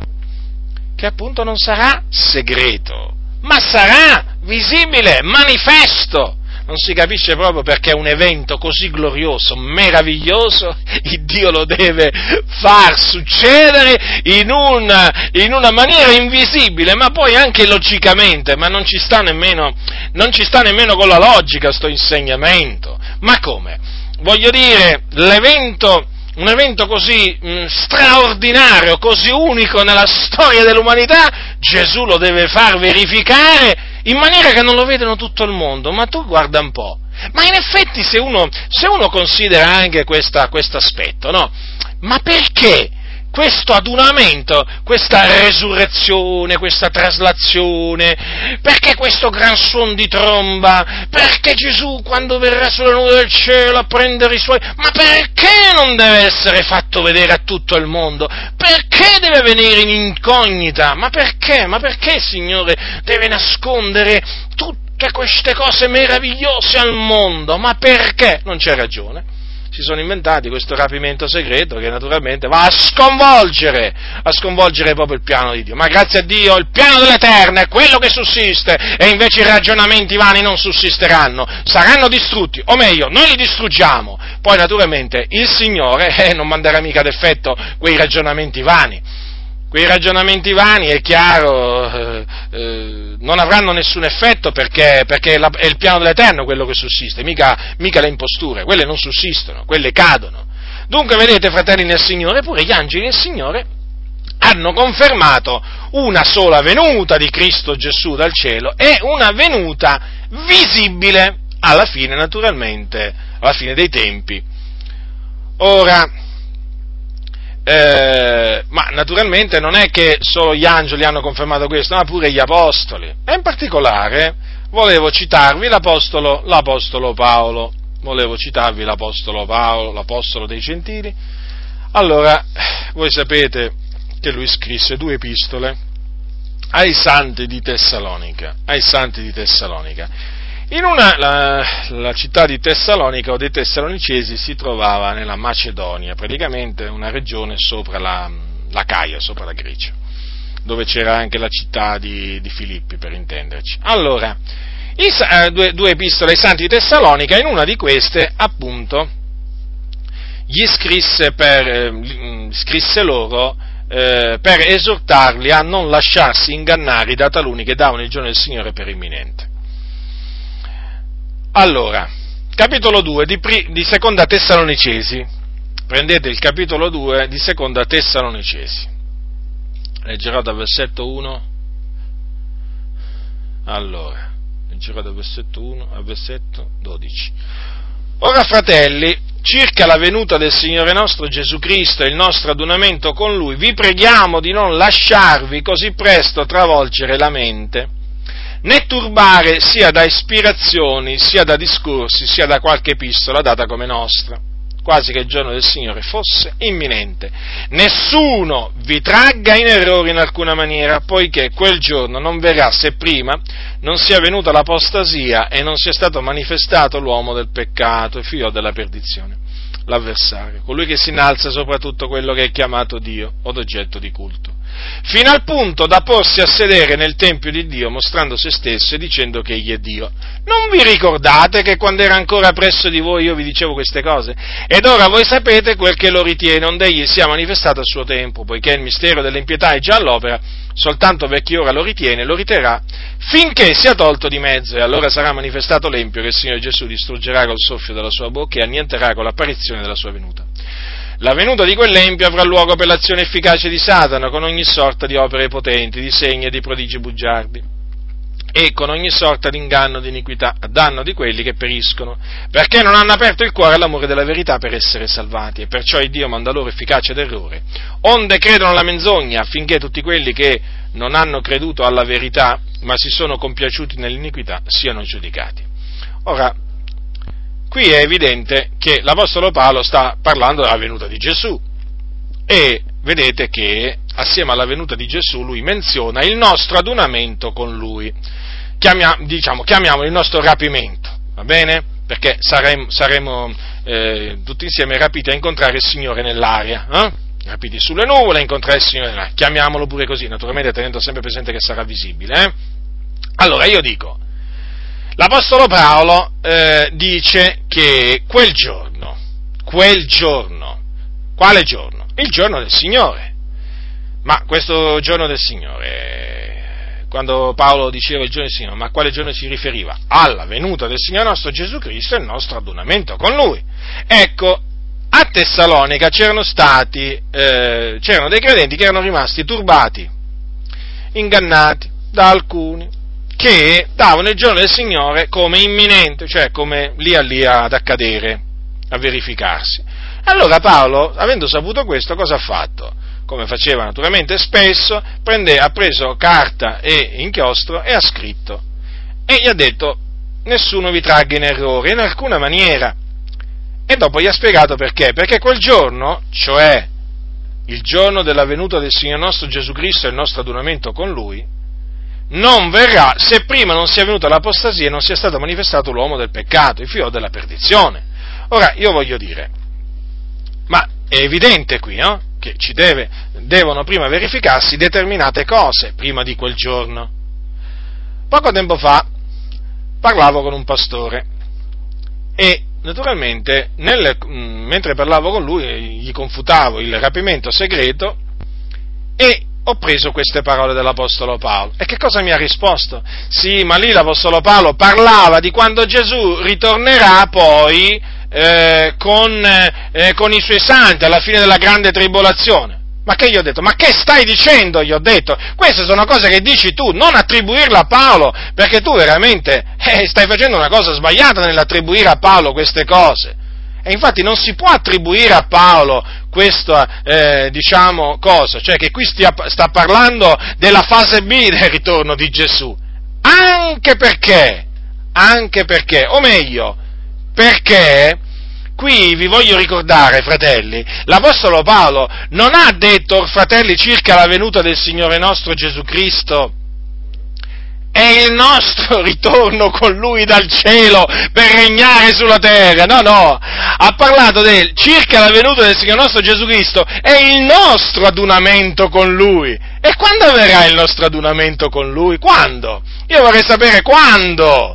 che appunto non sarà segreto, ma sarà visibile, manifesto. Non si capisce proprio perché un evento così glorioso, meraviglioso, il Dio lo deve far succedere in una, in una maniera invisibile, ma poi anche logicamente, ma non ci sta nemmeno, non ci sta nemmeno con la logica sto insegnamento. Ma come? Voglio dire, l'evento, un evento così mh, straordinario, così unico nella storia dell'umanità, Gesù lo deve far verificare in maniera che non lo vedono tutto il mondo. Ma tu guarda un po', ma in effetti se uno, se uno considera anche questo aspetto, no? Ma perché questo adunamento, questa resurrezione, questa traslazione, perché questo gran suono di tromba, perché Gesù quando verrà sulle nuvole del cielo a prendere i suoi, ma perché non deve essere fatto vedere a tutto il mondo? Perché deve venire in incognita? Ma perché? Ma perché, Signore, deve nascondere tutte queste cose meravigliose al mondo? Ma perché? Non c'è ragione. Si sono inventati questo rapimento segreto che naturalmente va a sconvolgere, a sconvolgere proprio il piano di Dio. Ma grazie a Dio il piano dell'Eterno è quello che sussiste, e invece i ragionamenti vani non sussisteranno, saranno distrutti, o meglio, noi li distruggiamo. Poi naturalmente il Signore eh, non manderà mica ad effetto quei ragionamenti vani. quei ragionamenti vani, è chiaro, eh, eh, non avranno nessun effetto perché, perché la, è il piano dell'Eterno quello che sussiste, mica, mica le imposture, quelle non sussistono, quelle cadono. Dunque, vedete, fratelli nel Signore, pure gli angeli del Signore hanno confermato una sola venuta di Cristo Gesù dal cielo e una venuta visibile alla fine, naturalmente, alla fine dei tempi. Ora, eh, ma naturalmente non è che solo gli angeli hanno confermato questo, ma pure gli apostoli. E in particolare volevo citarvi l'apostolo, l'apostolo Paolo. Volevo citarvi l'apostolo Paolo, l'apostolo dei Gentili. Allora, voi sapete che lui scrisse due epistole ai santi di Tessalonica, ai santi di Tessalonica. In una, la, la città di Tessalonica o dei Tessalonicesi si trovava nella Macedonia, praticamente una regione sopra la, la Caia, sopra la Grecia, dove c'era anche la città di, di Filippi, per intenderci. Allora, i, eh, due, due epistole ai santi di Tessalonica, in una di queste, appunto, gli scrisse, per, eh, scrisse loro eh, per esortarli a non lasciarsi ingannare da taluni che davano il giorno del Signore per imminente. Allora, capitolo due di, di Seconda Tessalonicesi, prendete il capitolo due di Seconda Tessalonicesi, leggerò dal versetto uno, allora, leggerò dal versetto uno al versetto dodici. Ora, fratelli, circa la venuta del Signore nostro Gesù Cristo e il nostro adunamento con Lui, vi preghiamo di non lasciarvi così presto travolgere la mente, né turbare sia da ispirazioni, sia da discorsi, sia da qualche epistola data come nostra, quasi che il giorno del Signore fosse imminente. Nessuno vi tragga in errore in alcuna maniera, poiché quel giorno non verrà se prima non sia venuta l'apostasia e non sia stato manifestato l'uomo del peccato, il figlio della perdizione, l'avversario, colui che si innalza sopra tutto quello che è chiamato Dio o d'oggetto di culto, fino al punto da porsi a sedere nel Tempio di Dio, mostrando se stesso e dicendo che egli è Dio. Non vi ricordate che quando era ancora presso di voi io vi dicevo queste cose? Ed ora voi sapete quel che lo ritiene, onde egli sia manifestato a suo tempo, poiché il mistero dell'impietà è già all'opera, soltanto per chi ora lo ritiene, lo riterrà, finché sia tolto di mezzo, e allora sarà manifestato l'empio che il Signore Gesù distruggerà col soffio della sua bocca e annienterà con l'apparizione della sua venuta. La venuta di quell'empio avrà luogo per l'azione efficace di Satana, con ogni sorta di opere potenti, di segni e di prodigi bugiardi, e con ogni sorta di inganno di iniquità, a danno di quelli che periscono, perché non hanno aperto il cuore all'amore della verità per essere salvati, e perciò il Dio manda loro efficacia d'errore, onde credono alla menzogna, affinché tutti quelli che non hanno creduto alla verità, ma si sono compiaciuti nell'iniquità, siano giudicati. Ora, qui è evidente che l'Apostolo Paolo sta parlando della venuta di Gesù e vedete che assieme alla venuta di Gesù lui menziona il nostro adunamento con lui, Chiamia, diciamo, chiamiamolo il nostro rapimento, va bene? Perché saremo, saremo eh, tutti insieme rapiti a incontrare il Signore nell'aria, eh? rapiti sulle nuvole a incontrare il Signore nell'aria, chiamiamolo pure così, naturalmente tenendo sempre presente che sarà visibile. Eh? Allora io dico, l'Apostolo Paolo eh, dice che quel giorno, quel giorno, quale giorno? Il giorno del Signore. Ma questo giorno del Signore, quando Paolo diceva il giorno del Signore, ma a quale giorno si riferiva? Alla venuta del Signore nostro Gesù Cristo e il nostro adunamento con Lui. Ecco, a Tessalonica c'erano stati, eh, c'erano dei credenti che erano rimasti turbati, ingannati da alcuni, che davano il giorno del Signore come imminente, cioè come lì a lì ad accadere, a verificarsi. Allora Paolo, avendo saputo questo, cosa ha fatto? Come faceva naturalmente spesso, prende, ha preso carta e inchiostro e ha scritto. E gli ha detto, nessuno vi tragga in errore, in alcuna maniera. E dopo gli ha spiegato perché. Perché quel giorno, cioè il giorno della venuta del Signore nostro Gesù Cristo e il nostro adunamento con Lui, non verrà se prima non sia venuta l'apostasia e non sia stato manifestato l'uomo del peccato, il figlio della perdizione. Ora, io voglio dire, ma è evidente qui, no? Che ci deve, devono prima verificarsi determinate cose prima di quel giorno. Poco tempo fa parlavo con un pastore e naturalmente nel, mentre parlavo con lui gli confutavo il rapimento segreto e ho preso queste parole dell'Apostolo Paolo. E che cosa mi ha risposto? Sì, ma lì l'Apostolo Paolo parlava di quando Gesù ritornerà poi eh, con, eh, con i suoi santi alla fine della grande tribolazione. Ma che gli ho detto? Ma che stai dicendo? Gli ho detto, queste sono cose che dici tu, non attribuirle a Paolo, perché tu veramente eh, stai facendo una cosa sbagliata nell'attribuire a Paolo queste cose. E infatti non si può attribuire a Paolo questa, eh, diciamo, cosa, cioè che qui stia, sta parlando della fase B del ritorno di Gesù, anche perché, anche perché, o meglio, perché qui vi voglio ricordare, fratelli, l'Apostolo Paolo non ha detto, or fratelli, circa la venuta del Signore nostro Gesù Cristo, è il nostro ritorno con Lui dal cielo per regnare sulla terra. No, no, ha parlato del circa la venuta del Signore nostro Gesù Cristo, è il nostro adunamento con Lui. E quando avverrà il nostro adunamento con Lui? Quando? Io vorrei sapere quando.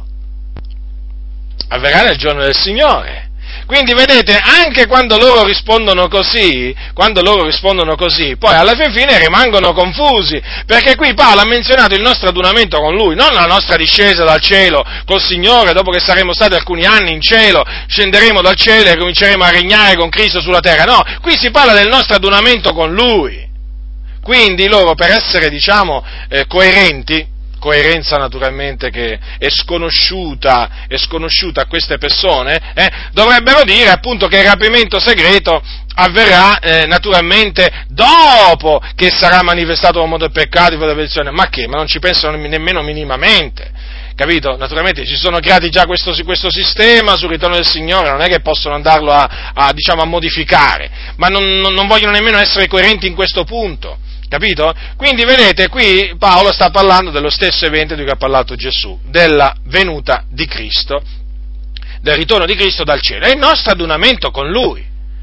Avverrà nel giorno del Signore. Quindi vedete, anche quando loro rispondono così, quando loro rispondono così, poi alla fin fine rimangono confusi, perché qui Paolo ha menzionato il nostro adunamento con Lui, non la nostra discesa dal cielo col Signore, dopo che saremo stati alcuni anni in cielo, scenderemo dal cielo e cominceremo a regnare con Cristo sulla terra. No, qui si parla del nostro adunamento con Lui. Quindi loro, per essere, diciamo, eh, coerenti, coerenza naturalmente che è sconosciuta, è sconosciuta a queste persone, eh, dovrebbero dire appunto che il rapimento segreto avverrà eh, naturalmente dopo che sarà manifestato l'uomo del peccato e della perdizione. Ma che? Ma non ci pensano nemmeno minimamente, capito? Naturalmente ci sono creati già questo, questo sistema sul ritorno del Signore, non è che possono andarlo a, a, diciamo, a modificare, ma non, non, non vogliono nemmeno essere coerenti in questo punto. Capito? Quindi vedete, qui Paolo sta parlando dello stesso evento di cui ha parlato Gesù, della venuta di Cristo, del ritorno di Cristo dal cielo, è il nostro adunamento con Lui,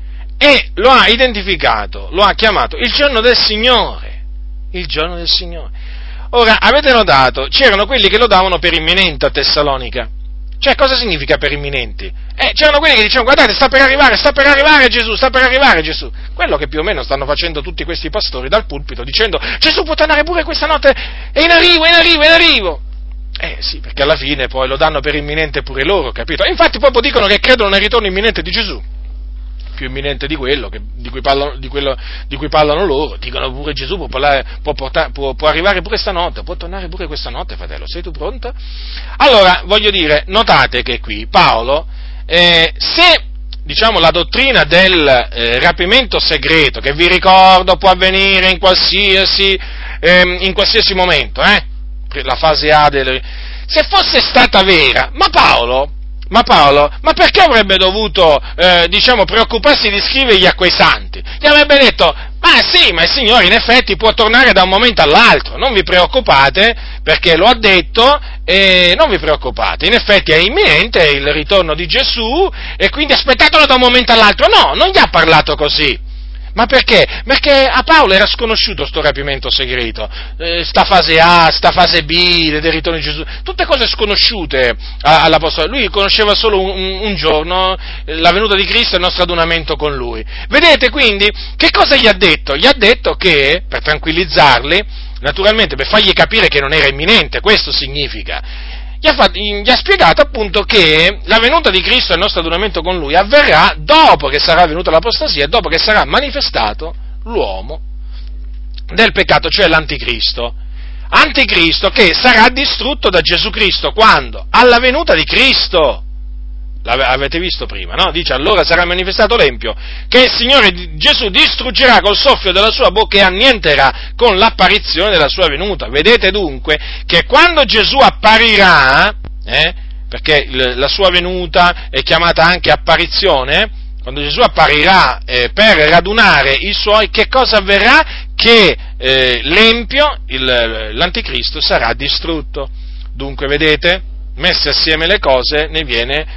e lo ha identificato, lo ha chiamato il giorno del Signore, il giorno del Signore. Ora, avete notato, c'erano quelli che lo davano per imminente a Tessalonica. Cioè, cosa significa per imminenti? Eh, c'erano quelli che dicevano, guardate, sta per arrivare, sta per arrivare Gesù, sta per arrivare Gesù. Quello che più o meno stanno facendo tutti questi pastori dal pulpito, dicendo, Gesù può tornare pure questa notte, è in arrivo, è in arrivo, è in arrivo. Eh sì, perché alla fine poi lo danno per imminente pure loro, capito? E infatti proprio dicono che credono nel ritorno imminente di Gesù. Più imminente di quello, che, di, cui parlano, di, quello, di cui parlano loro, dicono pure Gesù può, parlare, può, portare, può, può arrivare pure stanotte, può tornare pure questa notte, fratello, sei tu pronto? Allora, voglio dire, notate che qui Paolo, eh, se, diciamo, la dottrina del eh, rapimento segreto, che vi ricordo può avvenire in qualsiasi, eh, in qualsiasi momento, eh, la fase A del... se fosse stata vera, ma Paolo... Ma Paolo, ma perché avrebbe dovuto, eh, diciamo, preoccuparsi di scrivergli a quei santi? Gli avrebbe detto, ma sì, ma il Signore in effetti può tornare da un momento all'altro, non vi preoccupate, perché lo ha detto, e non vi preoccupate, in effetti è imminente il ritorno di Gesù, e quindi aspettatelo da un momento all'altro. No, non gli ha parlato così. Ma perché? Perché a Paolo era sconosciuto sto rapimento segreto, eh, sta fase A, sta fase B del ritorno di Gesù, tutte cose sconosciute all'Apostolo. Lui conosceva solo un, un giorno, la venuta di Cristo e il nostro adunamento con Lui. Vedete quindi, che cosa gli ha detto? Gli ha detto che, per tranquillizzarli, naturalmente per fargli capire che non era imminente, questo significa, Gli ha, fatto, gli ha spiegato appunto che la venuta di Cristo e il nostro adunamento con Lui avverrà dopo che sarà venuta l'apostasia e dopo che sarà manifestato l'uomo del peccato, cioè l'anticristo. Anticristo che sarà distrutto da Gesù Cristo quando? Alla venuta di Cristo. L'avete visto prima, no? Dice, allora sarà manifestato l'empio, che il Signore Gesù distruggerà col soffio della sua bocca e annienterà con l'apparizione della sua venuta. Vedete dunque che quando Gesù apparirà, eh, perché la sua venuta è chiamata anche apparizione, quando Gesù apparirà eh, per radunare i suoi, che cosa avverrà? Che eh, l'empio, il, l'anticristo, sarà distrutto. Dunque, vedete, messe assieme le cose, ne viene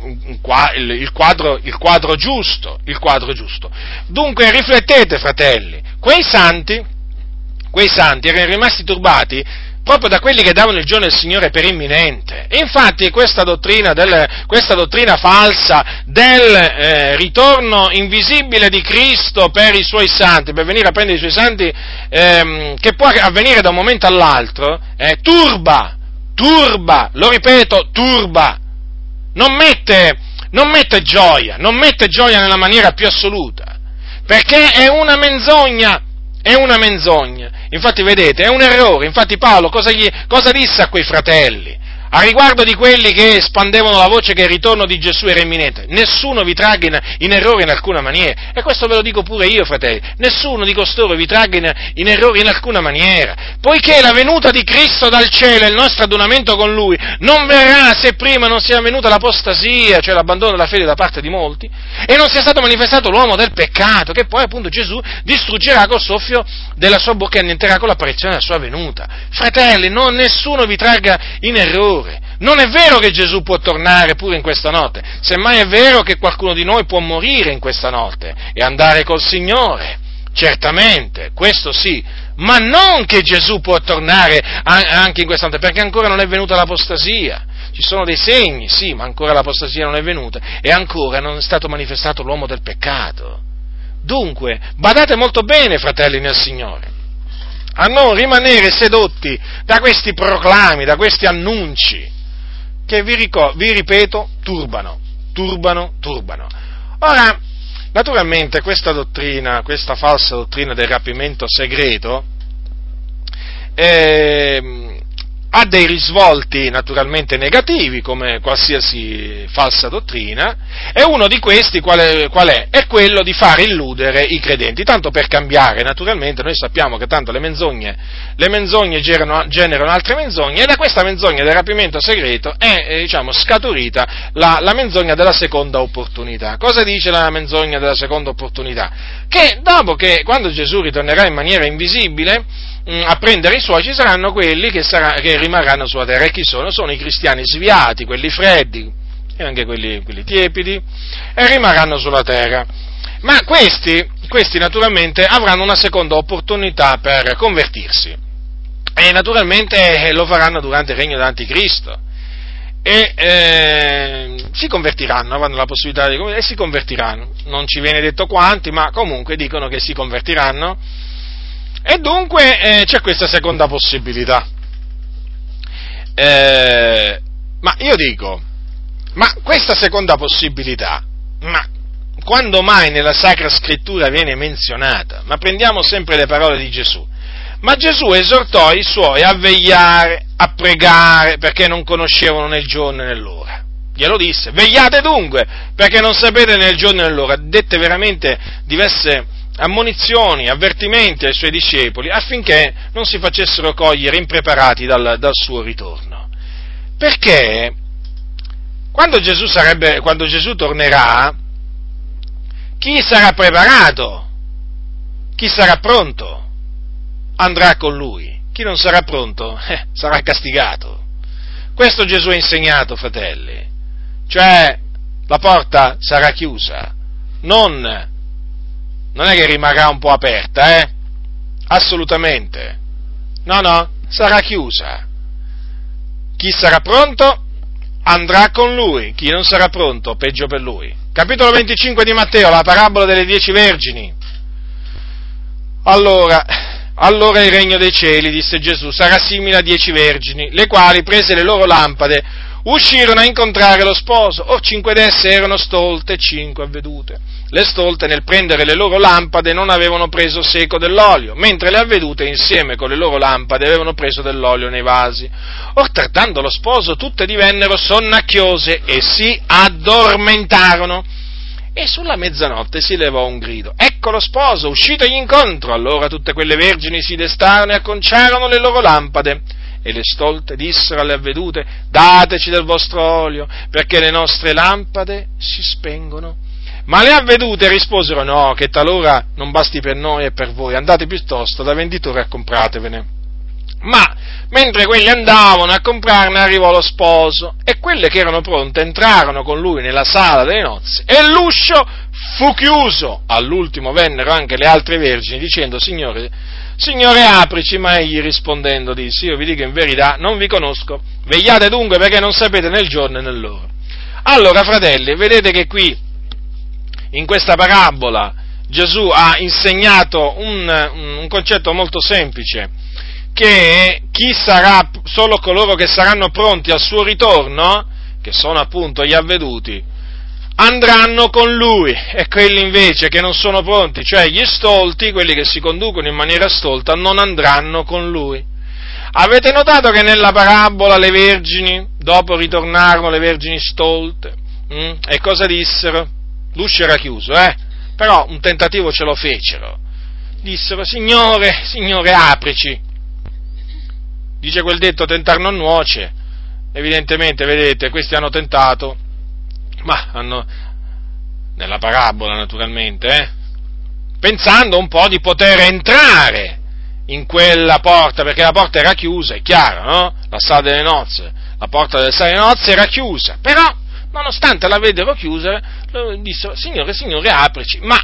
il quadro, il quadro giusto, il quadro giusto. Dunque riflettete, fratelli, quei santi, quei santi erano rimasti turbati proprio da quelli che davano il giorno del Signore per imminente. E infatti questa dottrina, del, questa dottrina falsa del eh, ritorno invisibile di Cristo per i Suoi santi, per venire a prendere i Suoi santi, ehm, che può avvenire da un momento all'altro, eh, turba, turba, lo ripeto, turba, non mette, non mette gioia, non mette gioia nella maniera più assoluta, perché è una menzogna, è una menzogna. Infatti vedete, è un errore. Infatti Paolo cosa, gli, cosa disse a quei fratelli? A riguardo di quelli che spandevano la voce che il ritorno di Gesù era imminente: nessuno vi tragga in, in errore in alcuna maniera. E questo ve lo dico pure io, fratelli, nessuno di costoro vi tragga in, in errore in alcuna maniera, poiché la venuta di Cristo dal cielo e il nostro adunamento con Lui non verrà se prima non sia venuta l'apostasia, cioè l'abbandono della fede da parte di molti, e non sia stato manifestato l'uomo del peccato, che poi appunto Gesù distruggerà col soffio della sua bocca e annienterà con l'apparizione della sua venuta. Fratelli, non nessuno vi tragga in errore. Non è vero che Gesù può tornare pure in questa notte, semmai è vero che qualcuno di noi può morire in questa notte e andare col Signore, certamente, questo sì, ma non che Gesù può tornare anche in questa notte, perché ancora non è venuta l'apostasia. Ci sono dei segni, sì, ma ancora l'apostasia non è venuta e ancora non è stato manifestato l'uomo del peccato. Dunque, badate molto bene, fratelli nel Signore, a non rimanere sedotti da questi proclami, da questi annunci, che vi, ricor- vi ripeto, turbano, turbano, turbano. Ora, naturalmente questa dottrina, questa falsa dottrina del rapimento segreto, eh, ha dei risvolti naturalmente negativi, come qualsiasi falsa dottrina, e uno di questi qual è? Qual è? È quello di far illudere i credenti, tanto per cambiare, naturalmente, noi sappiamo che tanto le menzogne, le menzogne generano, generano altre menzogne, e da questa menzogna del rapimento segreto è, eh, diciamo, scaturita la, la menzogna della seconda opportunità. Cosa dice la menzogna della seconda opportunità? Che dopo che, quando Gesù ritornerà in maniera invisibile, a prendere i suoi ci saranno quelli che, sarà, che rimarranno sulla terra. E chi sono? Sono i cristiani sviati, quelli freddi e anche quelli, quelli tiepidi, e rimarranno sulla terra. Ma questi, questi naturalmente avranno una seconda opportunità per convertirsi, e naturalmente lo faranno durante il regno dell'Anticristo, e eh, si convertiranno, avranno la possibilità di convertirsi, e si convertiranno. Non ci viene detto quanti, ma comunque dicono che si convertiranno. E dunque eh, c'è questa seconda possibilità. Eh, ma io dico, ma questa seconda possibilità, ma quando mai nella Sacra Scrittura viene menzionata? Ma prendiamo sempre le parole di Gesù. Ma Gesù esortò i suoi a vegliare, a pregare, perché non conoscevano né il giorno né l'ora. Glielo disse: vegliate dunque, perché non sapete né il giorno né l'ora. Dette veramente diverse ammonizioni, avvertimenti ai suoi discepoli, affinché non si facessero cogliere impreparati dal, dal suo ritorno. Perché quando Gesù sarebbe, quando Gesù tornerà, chi sarà preparato? Chi sarà pronto? Andrà con lui. Chi non sarà pronto? Eh, sarà castigato. Questo Gesù ha insegnato, fratelli. Cioè, la porta sarà chiusa, non Non è che rimarrà un po' aperta, eh? Assolutamente. No, no, sarà chiusa. Chi sarà pronto andrà con lui, chi non sarà pronto, peggio per lui. Capitolo venticinque di Matteo, la parabola delle dieci vergini. Allora, allora il regno dei cieli, disse Gesù, sarà simile a dieci vergini, le quali, prese le loro lampade, uscirono a incontrare lo sposo. Or cinque d'esse erano stolte e cinque avvedute. Le stolte, nel prendere le loro lampade, non avevano preso seco dell'olio, mentre le avvedute, insieme con le loro lampade, avevano preso dell'olio nei vasi. Or, tardando lo sposo, tutte divennero sonnacchiose e si addormentarono. E sulla mezzanotte si levò un grido: ecco lo sposo, uscitogli incontro! Allora tutte quelle vergini si destarono e acconciarono le loro lampade. E le stolte dissero alle avvedute: dateci del vostro olio, perché le nostre lampade si spengono. Ma le avvedute risposero: no, che talora non basti per noi e per voi, andate piuttosto da venditori a compratevene. Ma mentre quelli andavano a comprarne, arrivò lo sposo, e quelle che erano pronte entrarono con lui nella sala delle nozze, e l'uscio fu chiuso. All'ultimo vennero anche le altre vergini, dicendo: Signore, Signore, aprici, ma egli rispondendo disse, io vi dico in verità, non vi conosco, vegliate dunque perché non sapete né il giorno né l'ora. Allora, fratelli, vedete che qui, in questa parabola, Gesù ha insegnato un, un concetto molto semplice, che chi sarà, solo coloro che saranno pronti al suo ritorno, che sono appunto gli avveduti, andranno con lui, e quelli invece che non sono pronti, cioè gli stolti, quelli che si conducono in maniera stolta, non andranno con lui. Avete notato che nella parabola le vergini, dopo ritornarono le vergini stolte, hm? E cosa dissero? L'uscio era chiuso, eh? Però un tentativo ce lo fecero. Dissero, Signore, Signore, aprici. Dice quel detto, tentar non nuoce. Evidentemente, vedete, questi hanno tentato, ma hanno, nella parabola naturalmente, eh, pensando un po' di poter entrare in quella porta, perché la porta era chiusa, è chiaro, no? La sala delle nozze, la porta delle sale delle nozze era chiusa, però, nonostante la vedero chiusa, dissero, Signore, Signore, aprici, ma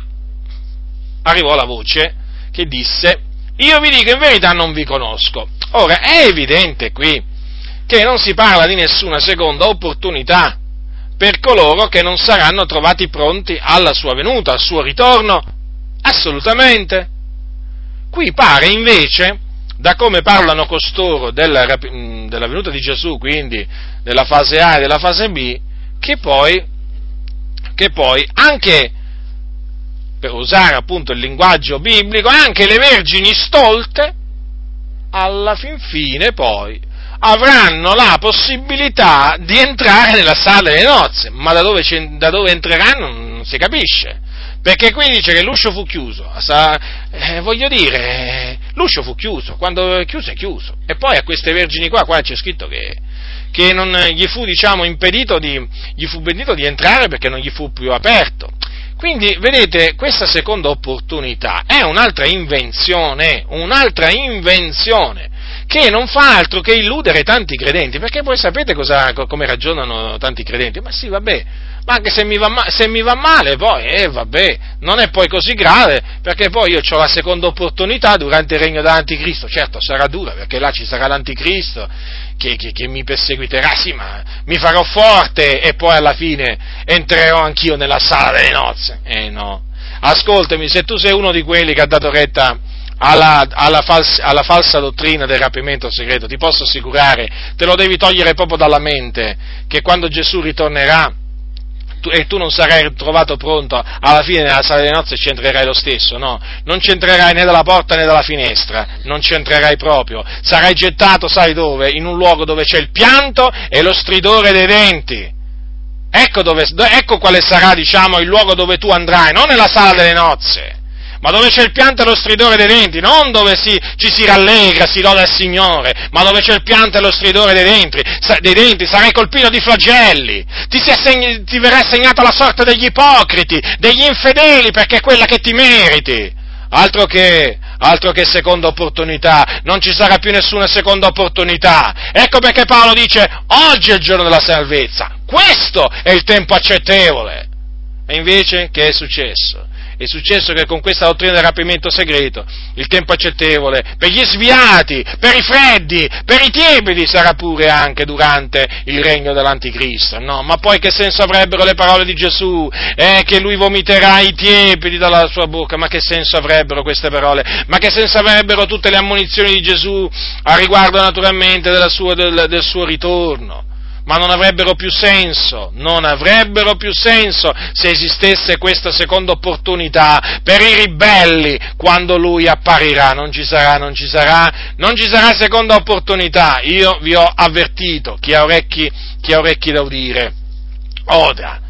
arrivò la voce che disse, io vi dico in verità non vi conosco. Ora, è evidente qui che non si parla di nessuna seconda opportunità per coloro che non saranno trovati pronti alla sua venuta, al suo ritorno, assolutamente. Qui pare invece, da come parlano costoro della, della venuta di Gesù, quindi della fase A e della fase B, che poi, che poi anche, per usare appunto il linguaggio biblico, anche le vergini stolte, alla fin fine poi, avranno la possibilità di entrare nella sala delle nozze, ma da dove, da dove entreranno non si capisce, perché qui dice che l'uscio fu chiuso, eh, voglio dire, l'uscio fu chiuso, quando è chiuso è chiuso, e poi a queste vergini qua, qua c'è scritto che, che non gli fu, diciamo, impedito di, gli fu impedito di entrare perché non gli fu più aperto. Quindi, vedete, questa seconda opportunità è un'altra invenzione, un'altra invenzione, che non fa altro che illudere tanti credenti, perché poi sapete cosa, come ragionano tanti credenti? Ma sì, vabbè, ma anche se mi va, ma- se mi va male, poi, eh, vabbè, non è poi così grave, perché poi io ho la seconda opportunità durante il regno dell'anticristo, certo sarà dura, perché là ci sarà l'anticristo, Che, che, che mi perseguiterà, sì, ma mi farò forte e poi alla fine entrerò anch'io nella sala delle nozze. Eh no, ascoltami, se tu sei uno di quelli che ha dato retta alla, alla, fals, alla falsa dottrina del rapimento segreto, ti posso assicurare, te lo devi togliere proprio dalla mente, che quando Gesù ritornerà, Tu, e tu non sarai trovato pronto, alla fine nella sala delle nozze ci entrerai lo stesso, no? Non ci entrerai né dalla porta né dalla finestra, non ci entrerai proprio, sarai gettato, sai dove? In un luogo dove c'è il pianto e lo stridore dei denti. Ecco, dove, ecco quale sarà, diciamo, il luogo dove tu andrai, non nella sala delle nozze, ma dove c'è il pianto e lo stridore dei denti, non dove si, ci si rallegra, si loda il Signore, ma dove c'è il pianto e lo stridore dei denti, dei denti sarai colpito di flagelli, ti, si assegni, ti verrà assegnata la sorte degli ipocriti, degli infedeli, perché è quella che ti meriti. Altro che, altro che seconda opportunità, non ci sarà più nessuna seconda opportunità. Ecco perché Paolo dice, oggi è il giorno della salvezza, questo è il tempo accettevole. E invece, che è successo? È successo che con questa dottrina del rapimento segreto, il tempo accettevole per gli sviati, per i freddi, per i tiepidi sarà pure anche durante il regno dell'anticristo, no? Ma poi che senso avrebbero le parole di Gesù, eh, che lui vomiterà i tiepidi dalla sua bocca? Ma che senso avrebbero queste parole? Ma che senso avrebbero tutte le ammonizioni di Gesù a riguardo naturalmente della sua, del, del suo ritorno? Ma non avrebbero più senso, non avrebbero più senso se esistesse questa seconda opportunità per i ribelli quando lui apparirà. Non ci sarà, non ci sarà, non ci sarà seconda opportunità. Io vi ho avvertito, chi ha orecchi, chi ha orecchi da udire. Ora,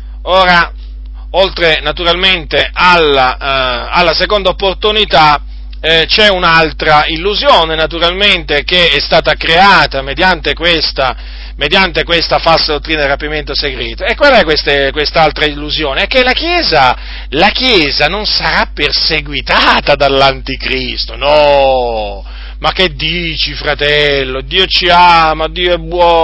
ora, oltre naturalmente alla, uh, alla seconda opportunità, Eh, c'è un'altra illusione naturalmente che è stata creata mediante questa, mediante questa falsa dottrina del rapimento segreto. E qual è queste, quest'altra illusione? È che la Chiesa, la Chiesa non sarà perseguitata dall'anticristo, no! Ma che dici, fratello? Dio ci ama, Dio è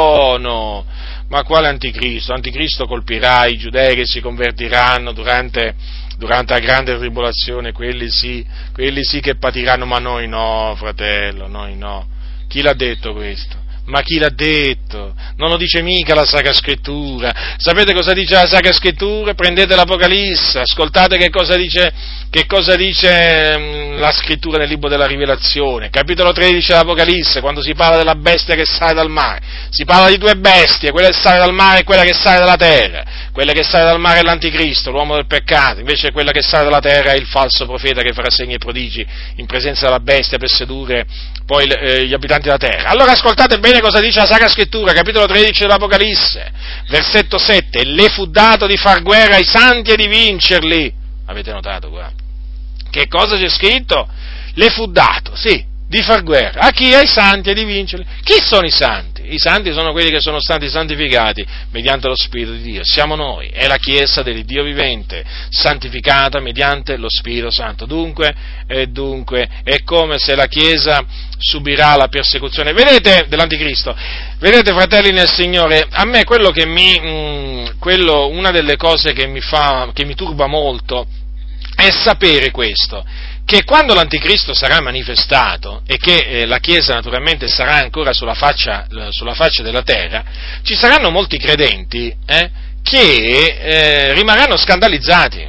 buono! Ma quale anticristo? Anticristo colpirà i giudei che si convertiranno durante durante la grande tribolazione, quelli sì, quelli sì che patiranno, ma noi no, fratello, noi no. Chi l'ha detto questo? Ma chi l'ha detto? Non lo dice mica la Sacra Scrittura. Sapete cosa dice la Sacra Scrittura? Prendete l'Apocalisse, ascoltate che cosa dice, che cosa dice mh, la Scrittura nel libro della Rivelazione, capitolo tredici dell'Apocalisse, quando si parla della bestia che sale dal mare. Si parla di due bestie, quella che sale dal mare e quella che sale dalla terra. Quella che sale dal mare è l'Anticristo, l'uomo del peccato, invece quella che sale dalla terra è il falso profeta che farà segni e prodigi in presenza della bestia per sedurre poi eh, gli abitanti della terra. Allora ascoltate bene cosa dice la Sacra Scrittura, capitolo tredici dell'Apocalisse, versetto sette: le fu dato di far guerra ai santi e di vincerli. Avete notato qua? Che cosa c'è scritto? Le fu dato, sì, di far guerra. A chi? Ai santi e di vincerli. Chi sono i santi? I santi sono quelli che sono stati santificati mediante lo Spirito di Dio. Siamo noi, è la Chiesa dell'Iddio vivente, santificata mediante lo Spirito Santo. Dunque, e dunque, è come se la Chiesa subirà la persecuzione, vedete, dell'Anticristo. Vedete, fratelli nel Signore, a me quello che mi, mh, quello, una delle cose che mi fa, che mi turba molto, è sapere questo, che quando l'Anticristo sarà manifestato e che eh, la Chiesa naturalmente sarà ancora sulla faccia, sulla faccia della terra, ci saranno molti credenti eh, che eh, rimarranno scandalizzati,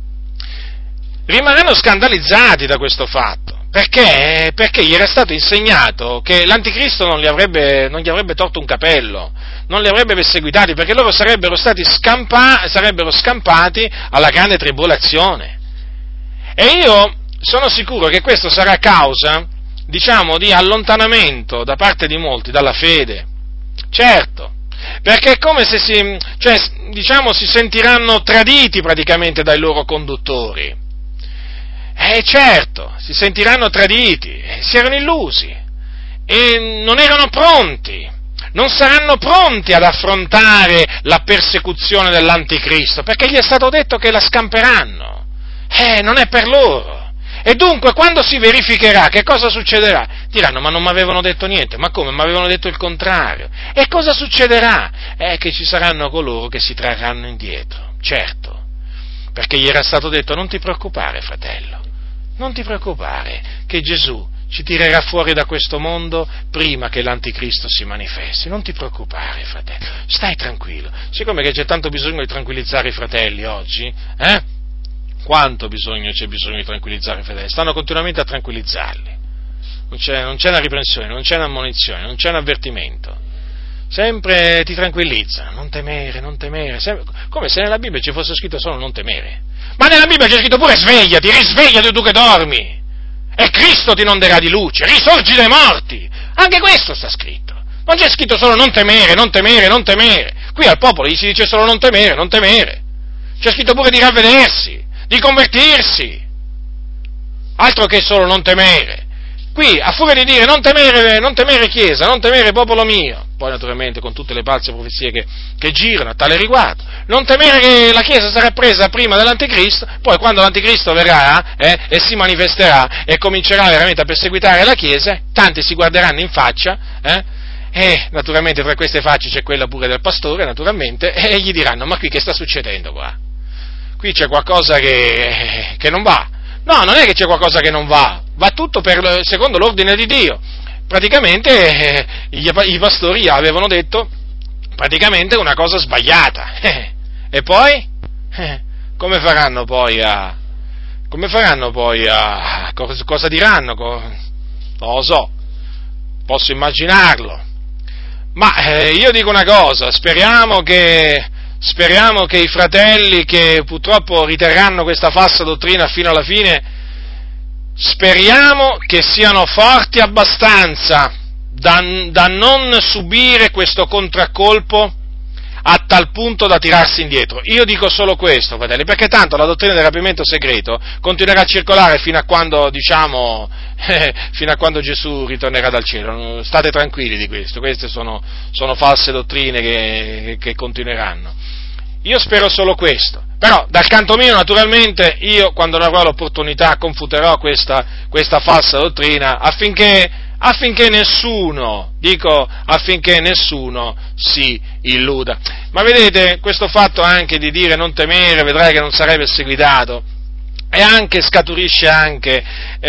rimarranno scandalizzati da questo fatto. Perché? Perché gli era stato insegnato che l'Anticristo non gli avrebbe, non gli avrebbe torto un capello, non li avrebbe perseguitati, perché loro sarebbero stati scampa, sarebbero scampati alla grande tribolazione. E io sono sicuro che questo sarà causa, diciamo, di allontanamento da parte di molti dalla fede. Certo, perché è come se si, cioè, diciamo, si sentiranno traditi praticamente dai loro conduttori. Eh certo, si sentiranno traditi, si erano illusi e non erano pronti, non saranno pronti ad affrontare la persecuzione dell'Anticristo, perché gli è stato detto che la scamperanno, eh, non è per loro. E dunque quando si verificherà, che cosa succederà? Diranno, ma non mi avevano detto niente, ma come, mi avevano detto il contrario. E cosa succederà? È che ci saranno coloro che si trarranno indietro, certo, perché gli era stato detto, non ti preoccupare, fratello, non ti preoccupare, che Gesù ci tirerà fuori da questo mondo prima che l'Anticristo si manifesti. Non ti preoccupare, fratello, stai tranquillo. Siccome che c'è tanto bisogno di tranquillizzare i fratelli oggi, eh? Quanto bisogno c'è bisogno di tranquillizzare i fratelli? Stanno continuamente a tranquillizzarli. Non c'è, non c'è una riprensione, non c'è un'ammonizione, non c'è un avvertimento. Sempre ti tranquillizzano, non temere, non temere, sempre, come se nella Bibbia ci fosse scritto solo non temere. Ma nella Bibbia c'è scritto pure svegliati, risvegliati tu che dormi, e Cristo ti inonderà di luce, risorgi dai morti. Anche questo sta scritto. Non c'è scritto solo non temere, non temere, non temere. Qui al popolo gli si dice solo non temere, non temere. C'è scritto pure di ravvedersi, di convertirsi. Altro che solo non temere. Qui, a furia di dire non temere, non temere Chiesa, non temere popolo mio, poi naturalmente con tutte le false profezie che, che girano a tale riguardo, non temere che la Chiesa sarà presa prima dell'Anticristo, poi quando l'Anticristo verrà eh, e si manifesterà e comincerà veramente a perseguitare la Chiesa, tanti si guarderanno in faccia, eh, e naturalmente tra queste facce c'è quella pure del pastore, naturalmente, e gli diranno, ma qui che sta succedendo qua? Qui c'è qualcosa che, che non va. No, non è che c'è qualcosa che non va, va tutto per, secondo l'ordine di Dio. Praticamente eh, gli, i pastori avevano detto praticamente una cosa sbagliata. Eh, e poi? Eh, come faranno poi a... come faranno poi a... cosa, cosa diranno? Non lo so, posso immaginarlo. Ma eh, io dico una cosa, speriamo che... Speriamo che i fratelli che purtroppo riterranno questa falsa dottrina fino alla fine, speriamo che siano forti abbastanza da, da non subire questo contraccolpo a tal punto da tirarsi indietro. Io dico solo questo, fratelli, perché tanto la dottrina del rapimento segreto continuerà a circolare fino a quando, diciamo, eh, fino a quando Gesù ritornerà dal cielo. State tranquilli di questo, queste sono, sono false dottrine che, che continueranno. Io spero solo questo, però dal canto mio naturalmente io quando avrò l'opportunità confuterò questa, questa falsa dottrina affinché, affinché nessuno, dico affinché nessuno si illuda. Ma vedete, questo fatto anche di dire non temere, vedrai che non sarai perseguitato, e anche scaturisce anche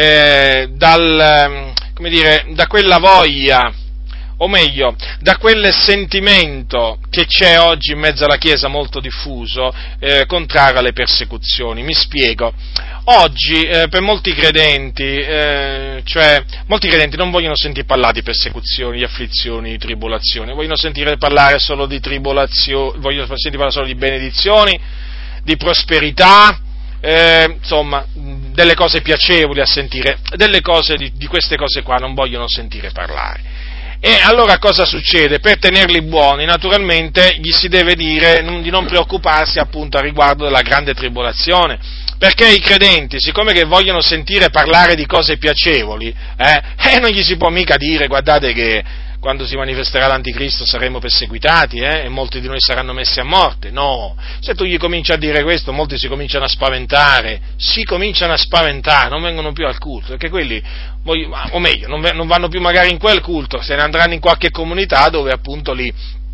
eh, dal, come dire, da quella voglia, o meglio, da quel sentimento che c'è oggi in mezzo alla Chiesa molto diffuso, eh, contrario alle persecuzioni. Mi spiego. Oggi, eh, per molti credenti, eh, cioè, molti credenti non vogliono sentire parlare di persecuzioni, di afflizioni, di tribolazioni, vogliono sentire parlare solo di tribolazioni, vogliono sentire parlare solo di benedizioni, di prosperità, eh, insomma, delle cose piacevoli a sentire, delle cose, di, di queste cose qua non vogliono sentire parlare. E allora cosa succede? Per tenerli buoni, naturalmente, gli si deve dire di non preoccuparsi appunto a riguardo della grande tribolazione, perché i credenti, siccome che vogliono sentire parlare di cose piacevoli, eh, eh non gli si può mica dire, guardate che quando si manifesterà l'anticristo saremo perseguitati, eh, e molti di noi saranno messi a morte. No, se tu gli cominci a dire questo, molti si cominciano a spaventare, si cominciano a spaventare, non vengono più al culto, perché quelli, o meglio, non vanno più magari in quel culto, se ne andranno in qualche comunità dove appunto li,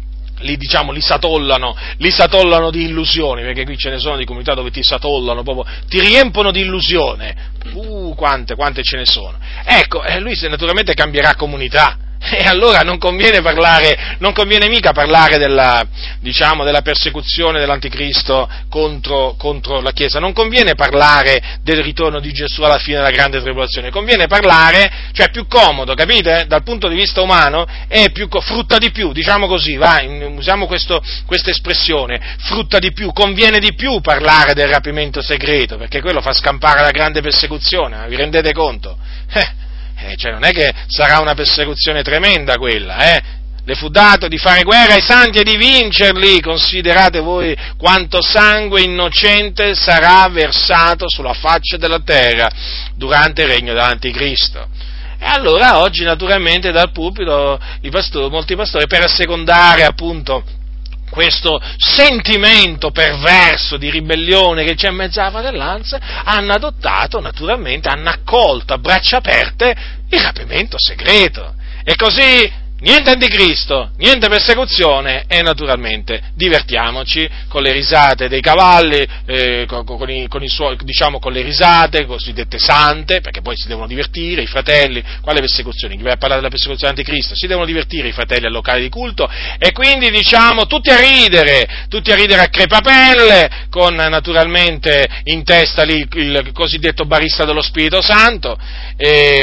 li diciamo, li satollano, li satollano di illusioni, perché qui ce ne sono di comunità dove ti satollano, proprio, ti riempono di illusione, uh, quante, quante ce ne sono. Ecco, eh, lui naturalmente cambierà comunità. E allora non conviene parlare, non conviene mica parlare della, diciamo, della persecuzione dell'anticristo contro, contro la Chiesa, non conviene parlare del ritorno di Gesù alla fine della grande tribolazione, conviene parlare, cioè è più comodo, capite? Dal punto di vista umano è più, frutta di più, diciamo così, vai, usiamo questo, questa espressione, frutta di più, conviene di più parlare del rapimento segreto, perché quello fa scampare la grande persecuzione, vi rendete conto? Eh. Eh, cioè non è che sarà una persecuzione tremenda quella, eh? Le fu dato di fare guerra ai santi e di vincerli, considerate voi quanto sangue innocente sarà versato sulla faccia della terra durante il regno dell'anticristo. E allora oggi naturalmente dal pulpito i pastori, molti pastori, per assecondare appunto questo sentimento perverso di ribellione che c'è in mezzo alla fratellanza, hanno adottato, naturalmente, hanno accolto a braccia aperte il rapimento segreto. E così niente anticristo, niente persecuzione e naturalmente divertiamoci con le risate dei cavalli, eh, con, con, i, con, i suoi, diciamo, con le risate cosiddette sante, perché poi si devono divertire i fratelli. Quale persecuzione? Chi va a parlare della persecuzione anticristo? Si devono divertire i fratelli al locale di culto e quindi diciamo tutti a ridere, tutti a ridere a crepapelle, con naturalmente in testa lì il cosiddetto barista dello Spirito Santo, e,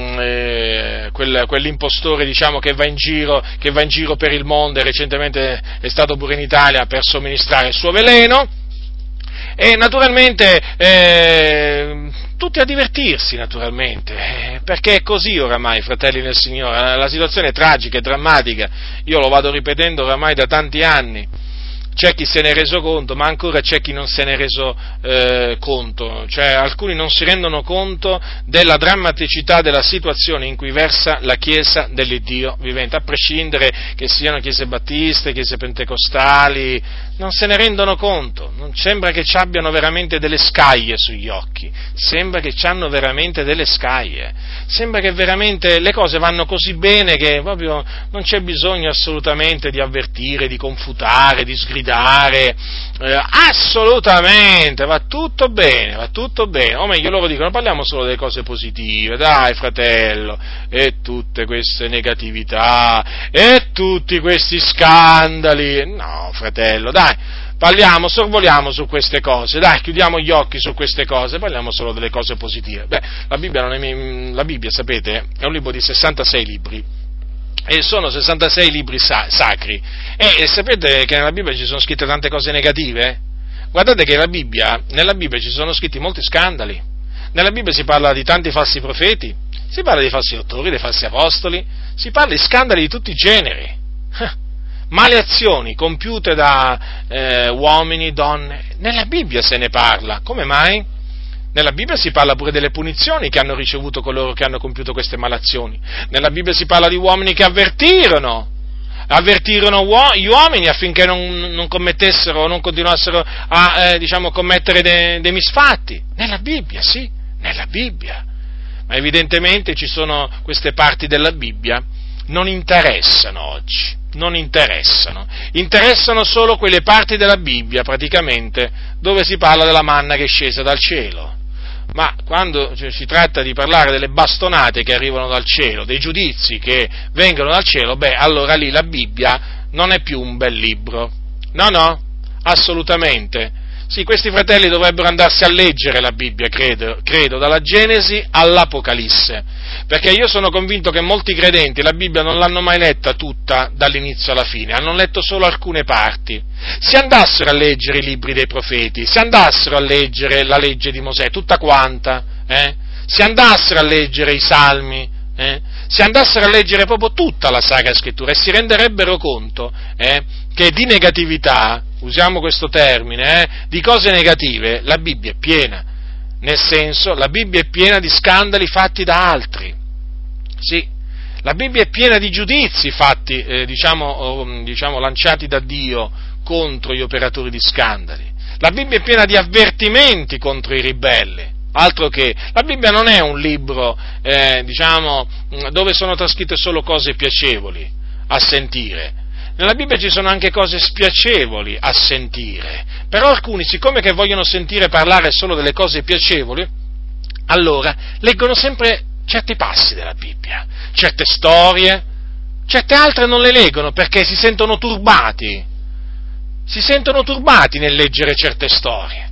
e, quel, quell'impostore diciamo che va in giro, che va in giro per il mondo e recentemente è stato pure in Italia per somministrare il suo veleno, e naturalmente eh, tutti a divertirsi naturalmente, perché è così oramai, fratelli nel Signore, la situazione è tragica e drammatica, io lo vado ripetendo oramai da tanti anni. C'è chi se ne è reso conto, ma ancora c'è chi non se ne è reso eh, conto, cioè alcuni non si rendono conto della drammaticità della situazione in cui versa la Chiesa dell'Iddio vivente, a prescindere che siano chiese battiste, chiese pentecostali, non se ne rendono conto, non sembra che ci abbiano veramente delle scaglie sugli occhi, sembra che ci hanno veramente delle scaglie, sembra che veramente le cose vanno così bene che proprio non c'è bisogno assolutamente di avvertire, di confutare, di sgridare, Eh, assolutamente, va tutto bene, va tutto bene, o meglio loro dicono parliamo solo delle cose positive, dai fratello, e tutte queste negatività, e tutti questi scandali, no fratello, dai, parliamo, sorvoliamo su queste cose, dai, chiudiamo gli occhi su queste cose, parliamo solo delle cose positive. Beh, la Bibbia, non è, la Bibbia sapete, è un libro di sessantasei libri, e sono sessantasei libri sa- sacri, e, e sapete che nella Bibbia ci sono scritte tante cose negative? Guardate che la Bibbia, nella Bibbia ci sono scritti molti scandali, nella Bibbia si parla di tanti falsi profeti, si parla di falsi dottori, dei falsi apostoli, si parla di scandali di tutti i generi, male azioni compiute da eh, uomini, donne, nella Bibbia se ne parla, come mai? Nella Bibbia si parla pure delle punizioni che hanno ricevuto coloro che hanno compiuto queste malazioni. Nella Bibbia si parla di uomini che avvertirono, avvertirono gli uomini affinché non, non commettessero o non continuassero a eh, diciamo, commettere dei, dei misfatti. Nella Bibbia, sì, nella Bibbia. Ma evidentemente ci sono queste parti della Bibbia non interessano oggi, non interessano. Interessano solo quelle parti della Bibbia, praticamente, dove si parla della manna che è scesa dal cielo. ma quando cioè, si tratta di parlare delle bastonate che arrivano dal cielo, dei giudizi che vengono dal cielo, beh, allora lì la Bibbia non è più un bel libro. No, no, assolutamente. Sì, questi fratelli dovrebbero andarsi a leggere la Bibbia, credo, credo, dalla Genesi all'Apocalisse, perché io sono convinto che molti credenti la Bibbia non l'hanno mai letta tutta dall'inizio alla fine, hanno letto solo alcune parti. Si andassero a leggere i libri dei profeti, si andassero a leggere la legge di Mosè, tutta quanta, eh? Si andassero a leggere i Salmi, eh? Si andassero a leggere proprio tutta la Sacra Scrittura e si renderebbero conto eh, che di negatività, usiamo questo termine, eh, di cose negative, la Bibbia è piena, nel senso, la Bibbia è piena di scandali fatti da altri, sì, la Bibbia è piena di giudizi fatti, eh, diciamo, oh, diciamo, lanciati da Dio contro gli operatori di scandali, la Bibbia è piena di avvertimenti contro i ribelli. Altro che, la Bibbia non è un libro, eh, diciamo, dove sono trascritte solo cose piacevoli a sentire. Nella Bibbia ci sono anche cose spiacevoli a sentire. Però alcuni, siccome che vogliono sentire parlare solo delle cose piacevoli, allora leggono sempre certi passi della Bibbia, certe storie, certe altre non le leggono perché si sentono turbati, si sentono turbati nel leggere certe storie.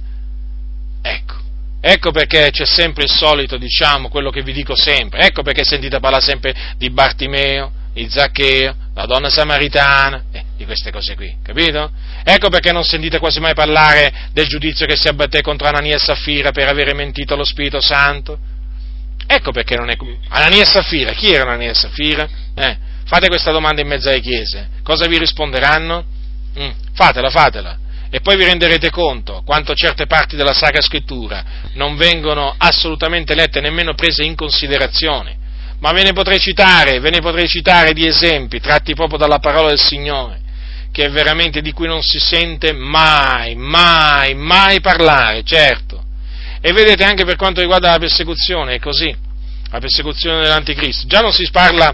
Ecco. Ecco perché c'è sempre il solito, diciamo, quello che vi dico sempre, ecco perché sentite parlare sempre di Bartimeo, di Zaccheo, la donna samaritana, eh, di queste cose qui, capito? Ecco perché non sentite quasi mai parlare del giudizio che si abbatté contro Anania e Saffira per avere mentito allo Spirito Santo. Ecco perché non è... Anania e Saffira, chi erano Anania e Saffira? Eh, fate questa domanda in mezzo alle chiese, cosa vi risponderanno? Mm, fatela, fatela. E poi vi renderete conto quanto certe parti della Sacra Scrittura non vengono assolutamente lette, nemmeno prese in considerazione. Ma ve ne potrei citare, ve ne potrei citare di esempi tratti proprio dalla parola del Signore, che è veramente di cui non si sente mai, mai, mai parlare, certo. E vedete anche per quanto riguarda la persecuzione, è così, la persecuzione dell'Anticristo. Già non si parla...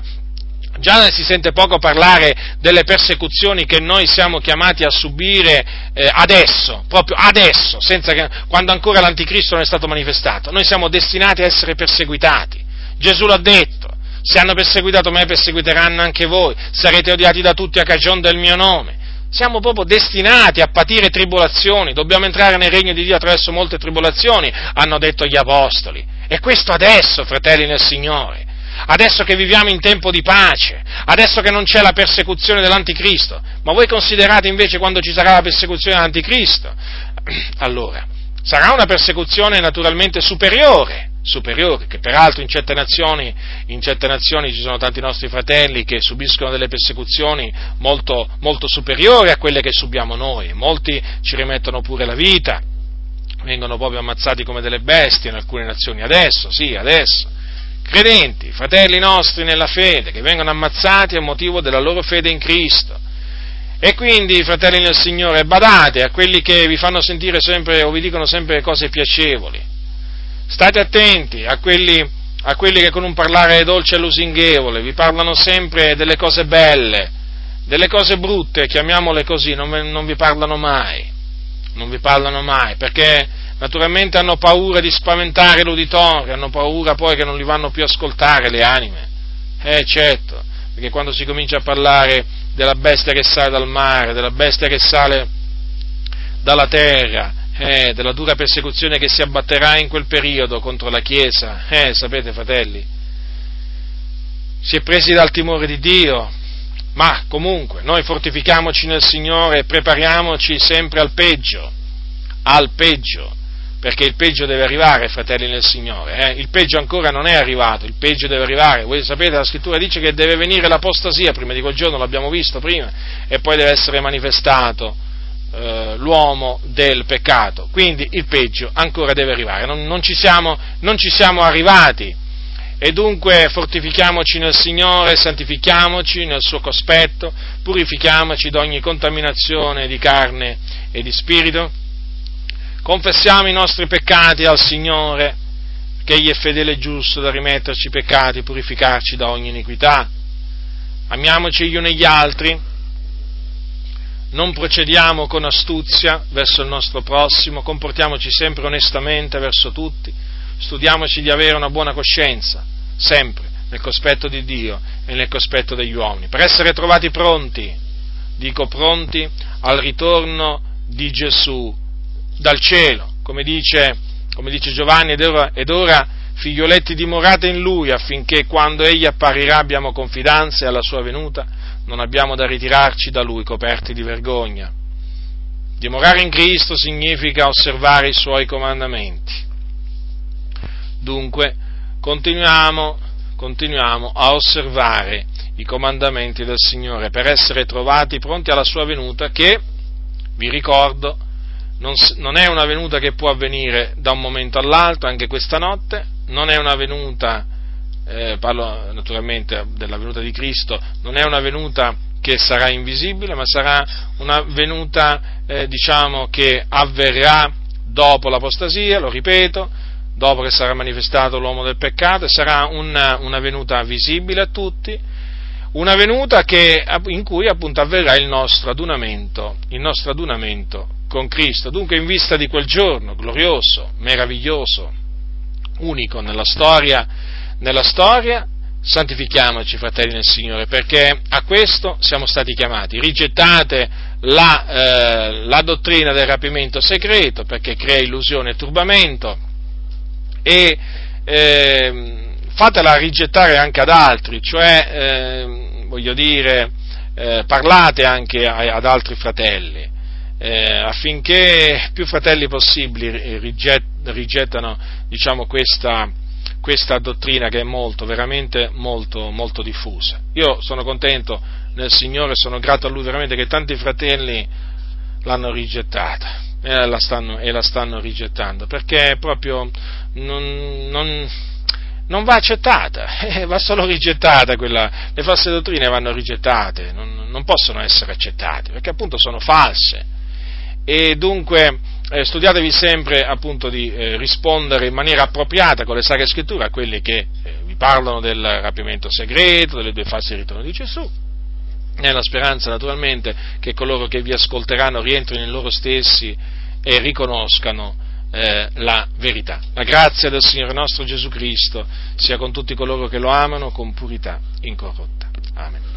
Già si sente poco parlare delle persecuzioni che noi siamo chiamati a subire eh, adesso, proprio adesso, senza che, quando ancora l'Anticristo non è stato manifestato. Noi siamo destinati a essere perseguitati. Gesù l'ha detto, se hanno perseguitato me, perseguiteranno anche voi, sarete odiati da tutti a cagion del mio nome. Siamo proprio destinati a patire tribolazioni, dobbiamo entrare nel regno di Dio attraverso molte tribolazioni, hanno detto gli apostoli. E questo adesso, fratelli nel Signore. Adesso che viviamo in tempo di pace, adesso che non c'è la persecuzione dell'Anticristo, ma voi considerate invece quando ci sarà la persecuzione dell'Anticristo? Allora, sarà una persecuzione naturalmente superiore, superiore, che peraltro in certe nazioni, in certe nazioni ci sono tanti nostri fratelli che subiscono delle persecuzioni molto, molto superiori a quelle che subiamo noi, molti ci rimettono pure la vita, vengono proprio ammazzati come delle bestie in alcune nazioni, adesso, sì, adesso. Credenti, fratelli nostri nella fede, che vengono ammazzati a motivo della loro fede in Cristo. E quindi, fratelli nel Signore, badate a quelli che vi fanno sentire sempre o vi dicono sempre cose piacevoli. State attenti a quelli, a quelli che con un parlare dolce e lusinghevole vi parlano sempre delle cose belle, delle cose brutte, chiamiamole così, non, non vi parlano mai. Non vi parlano mai, perché naturalmente hanno paura di spaventare l'uditorio, hanno paura poi che non li vanno più a ascoltare le anime. Eh, certo, perché quando si comincia a parlare della bestia che sale dal mare, della bestia che sale dalla terra, eh, della dura persecuzione che si abbatterà in quel periodo contro la Chiesa, eh, sapete, fratelli, si è presi dal timore di Dio. Ma comunque, noi fortifichiamoci nel Signore e prepariamoci sempre al peggio, al peggio, perché il peggio deve arrivare, fratelli nel Signore, eh? Il peggio ancora non è arrivato, il peggio deve arrivare. Voi sapete, la Scrittura dice che deve venire l'apostasia, prima di quel giorno l'abbiamo visto prima, e poi deve essere manifestato eh, l'uomo del peccato, quindi il peggio ancora deve arrivare, non, non, ci siamo, non ci siamo arrivati. E dunque fortifichiamoci nel Signore, santifichiamoci nel suo cospetto, purifichiamoci da ogni contaminazione di carne e di spirito, confessiamo i nostri peccati al Signore, che Egli è fedele e giusto da rimetterci i peccati, purificarci da ogni iniquità. Amiamoci gli uni gli altri, non procediamo con astuzia verso il nostro prossimo, comportiamoci sempre onestamente verso tutti, studiamoci di avere una buona coscienza, sempre, nel cospetto di Dio e nel cospetto degli uomini, per essere trovati pronti, dico pronti, al ritorno di Gesù dal cielo, come dice, come dice Giovanni, ed ora, ed ora figlioletti dimorate in Lui, affinché quando Egli apparirà abbiamo confidenza e alla sua venuta non abbiamo da ritirarci da Lui coperti di vergogna. Dimorare in Cristo significa osservare i Suoi comandamenti. Dunque, continuiamo, continuiamo a osservare i comandamenti del Signore per essere trovati pronti alla Sua venuta, che, vi ricordo, non, non è una venuta che può avvenire da un momento all'altro, anche questa notte, non è una venuta, eh, parlo naturalmente della venuta di Cristo, non è una venuta che sarà invisibile, ma sarà una venuta, eh, diciamo, che avverrà dopo l'apostasia, lo ripeto, dopo che sarà manifestato l'uomo del peccato, e sarà una, una venuta visibile a tutti, una venuta che, in cui appunto avverrà il nostro adunamento, il nostro adunamento con Cristo. Dunque, in vista di quel giorno glorioso, meraviglioso, unico nella storia, nella storia, santifichiamoci, fratelli nel Signore, perché a questo siamo stati chiamati. Rigettate la, eh, la dottrina del rapimento segreto, perché crea illusione e turbamento, e eh, fatela rigettare anche ad altri, cioè, eh, voglio dire, eh, parlate anche ad altri fratelli, eh, affinché più fratelli possibili riget, rigettano, diciamo, questa, questa dottrina che è molto, veramente molto, molto diffusa. Io sono contento nel Signore, sono grato a Lui veramente che tanti fratelli l'hanno rigettata e la stanno, e la stanno rigettando, perché proprio non, non, non va accettata, eh, va solo rigettata quella, le false dottrine vanno rigettate, non, non possono essere accettate, perché appunto sono false. E dunque eh, studiatevi sempre appunto di eh, rispondere in maniera appropriata con le Sacre Scritture a quelli che eh, vi parlano del rapimento segreto, delle due fasi del ritorno di Gesù, nella speranza naturalmente che coloro che vi ascolteranno rientrino in loro stessi e riconoscano eh, la verità. La grazia del Signore nostro Gesù Cristo sia con tutti coloro che lo amano con purità incorrotta. Amen.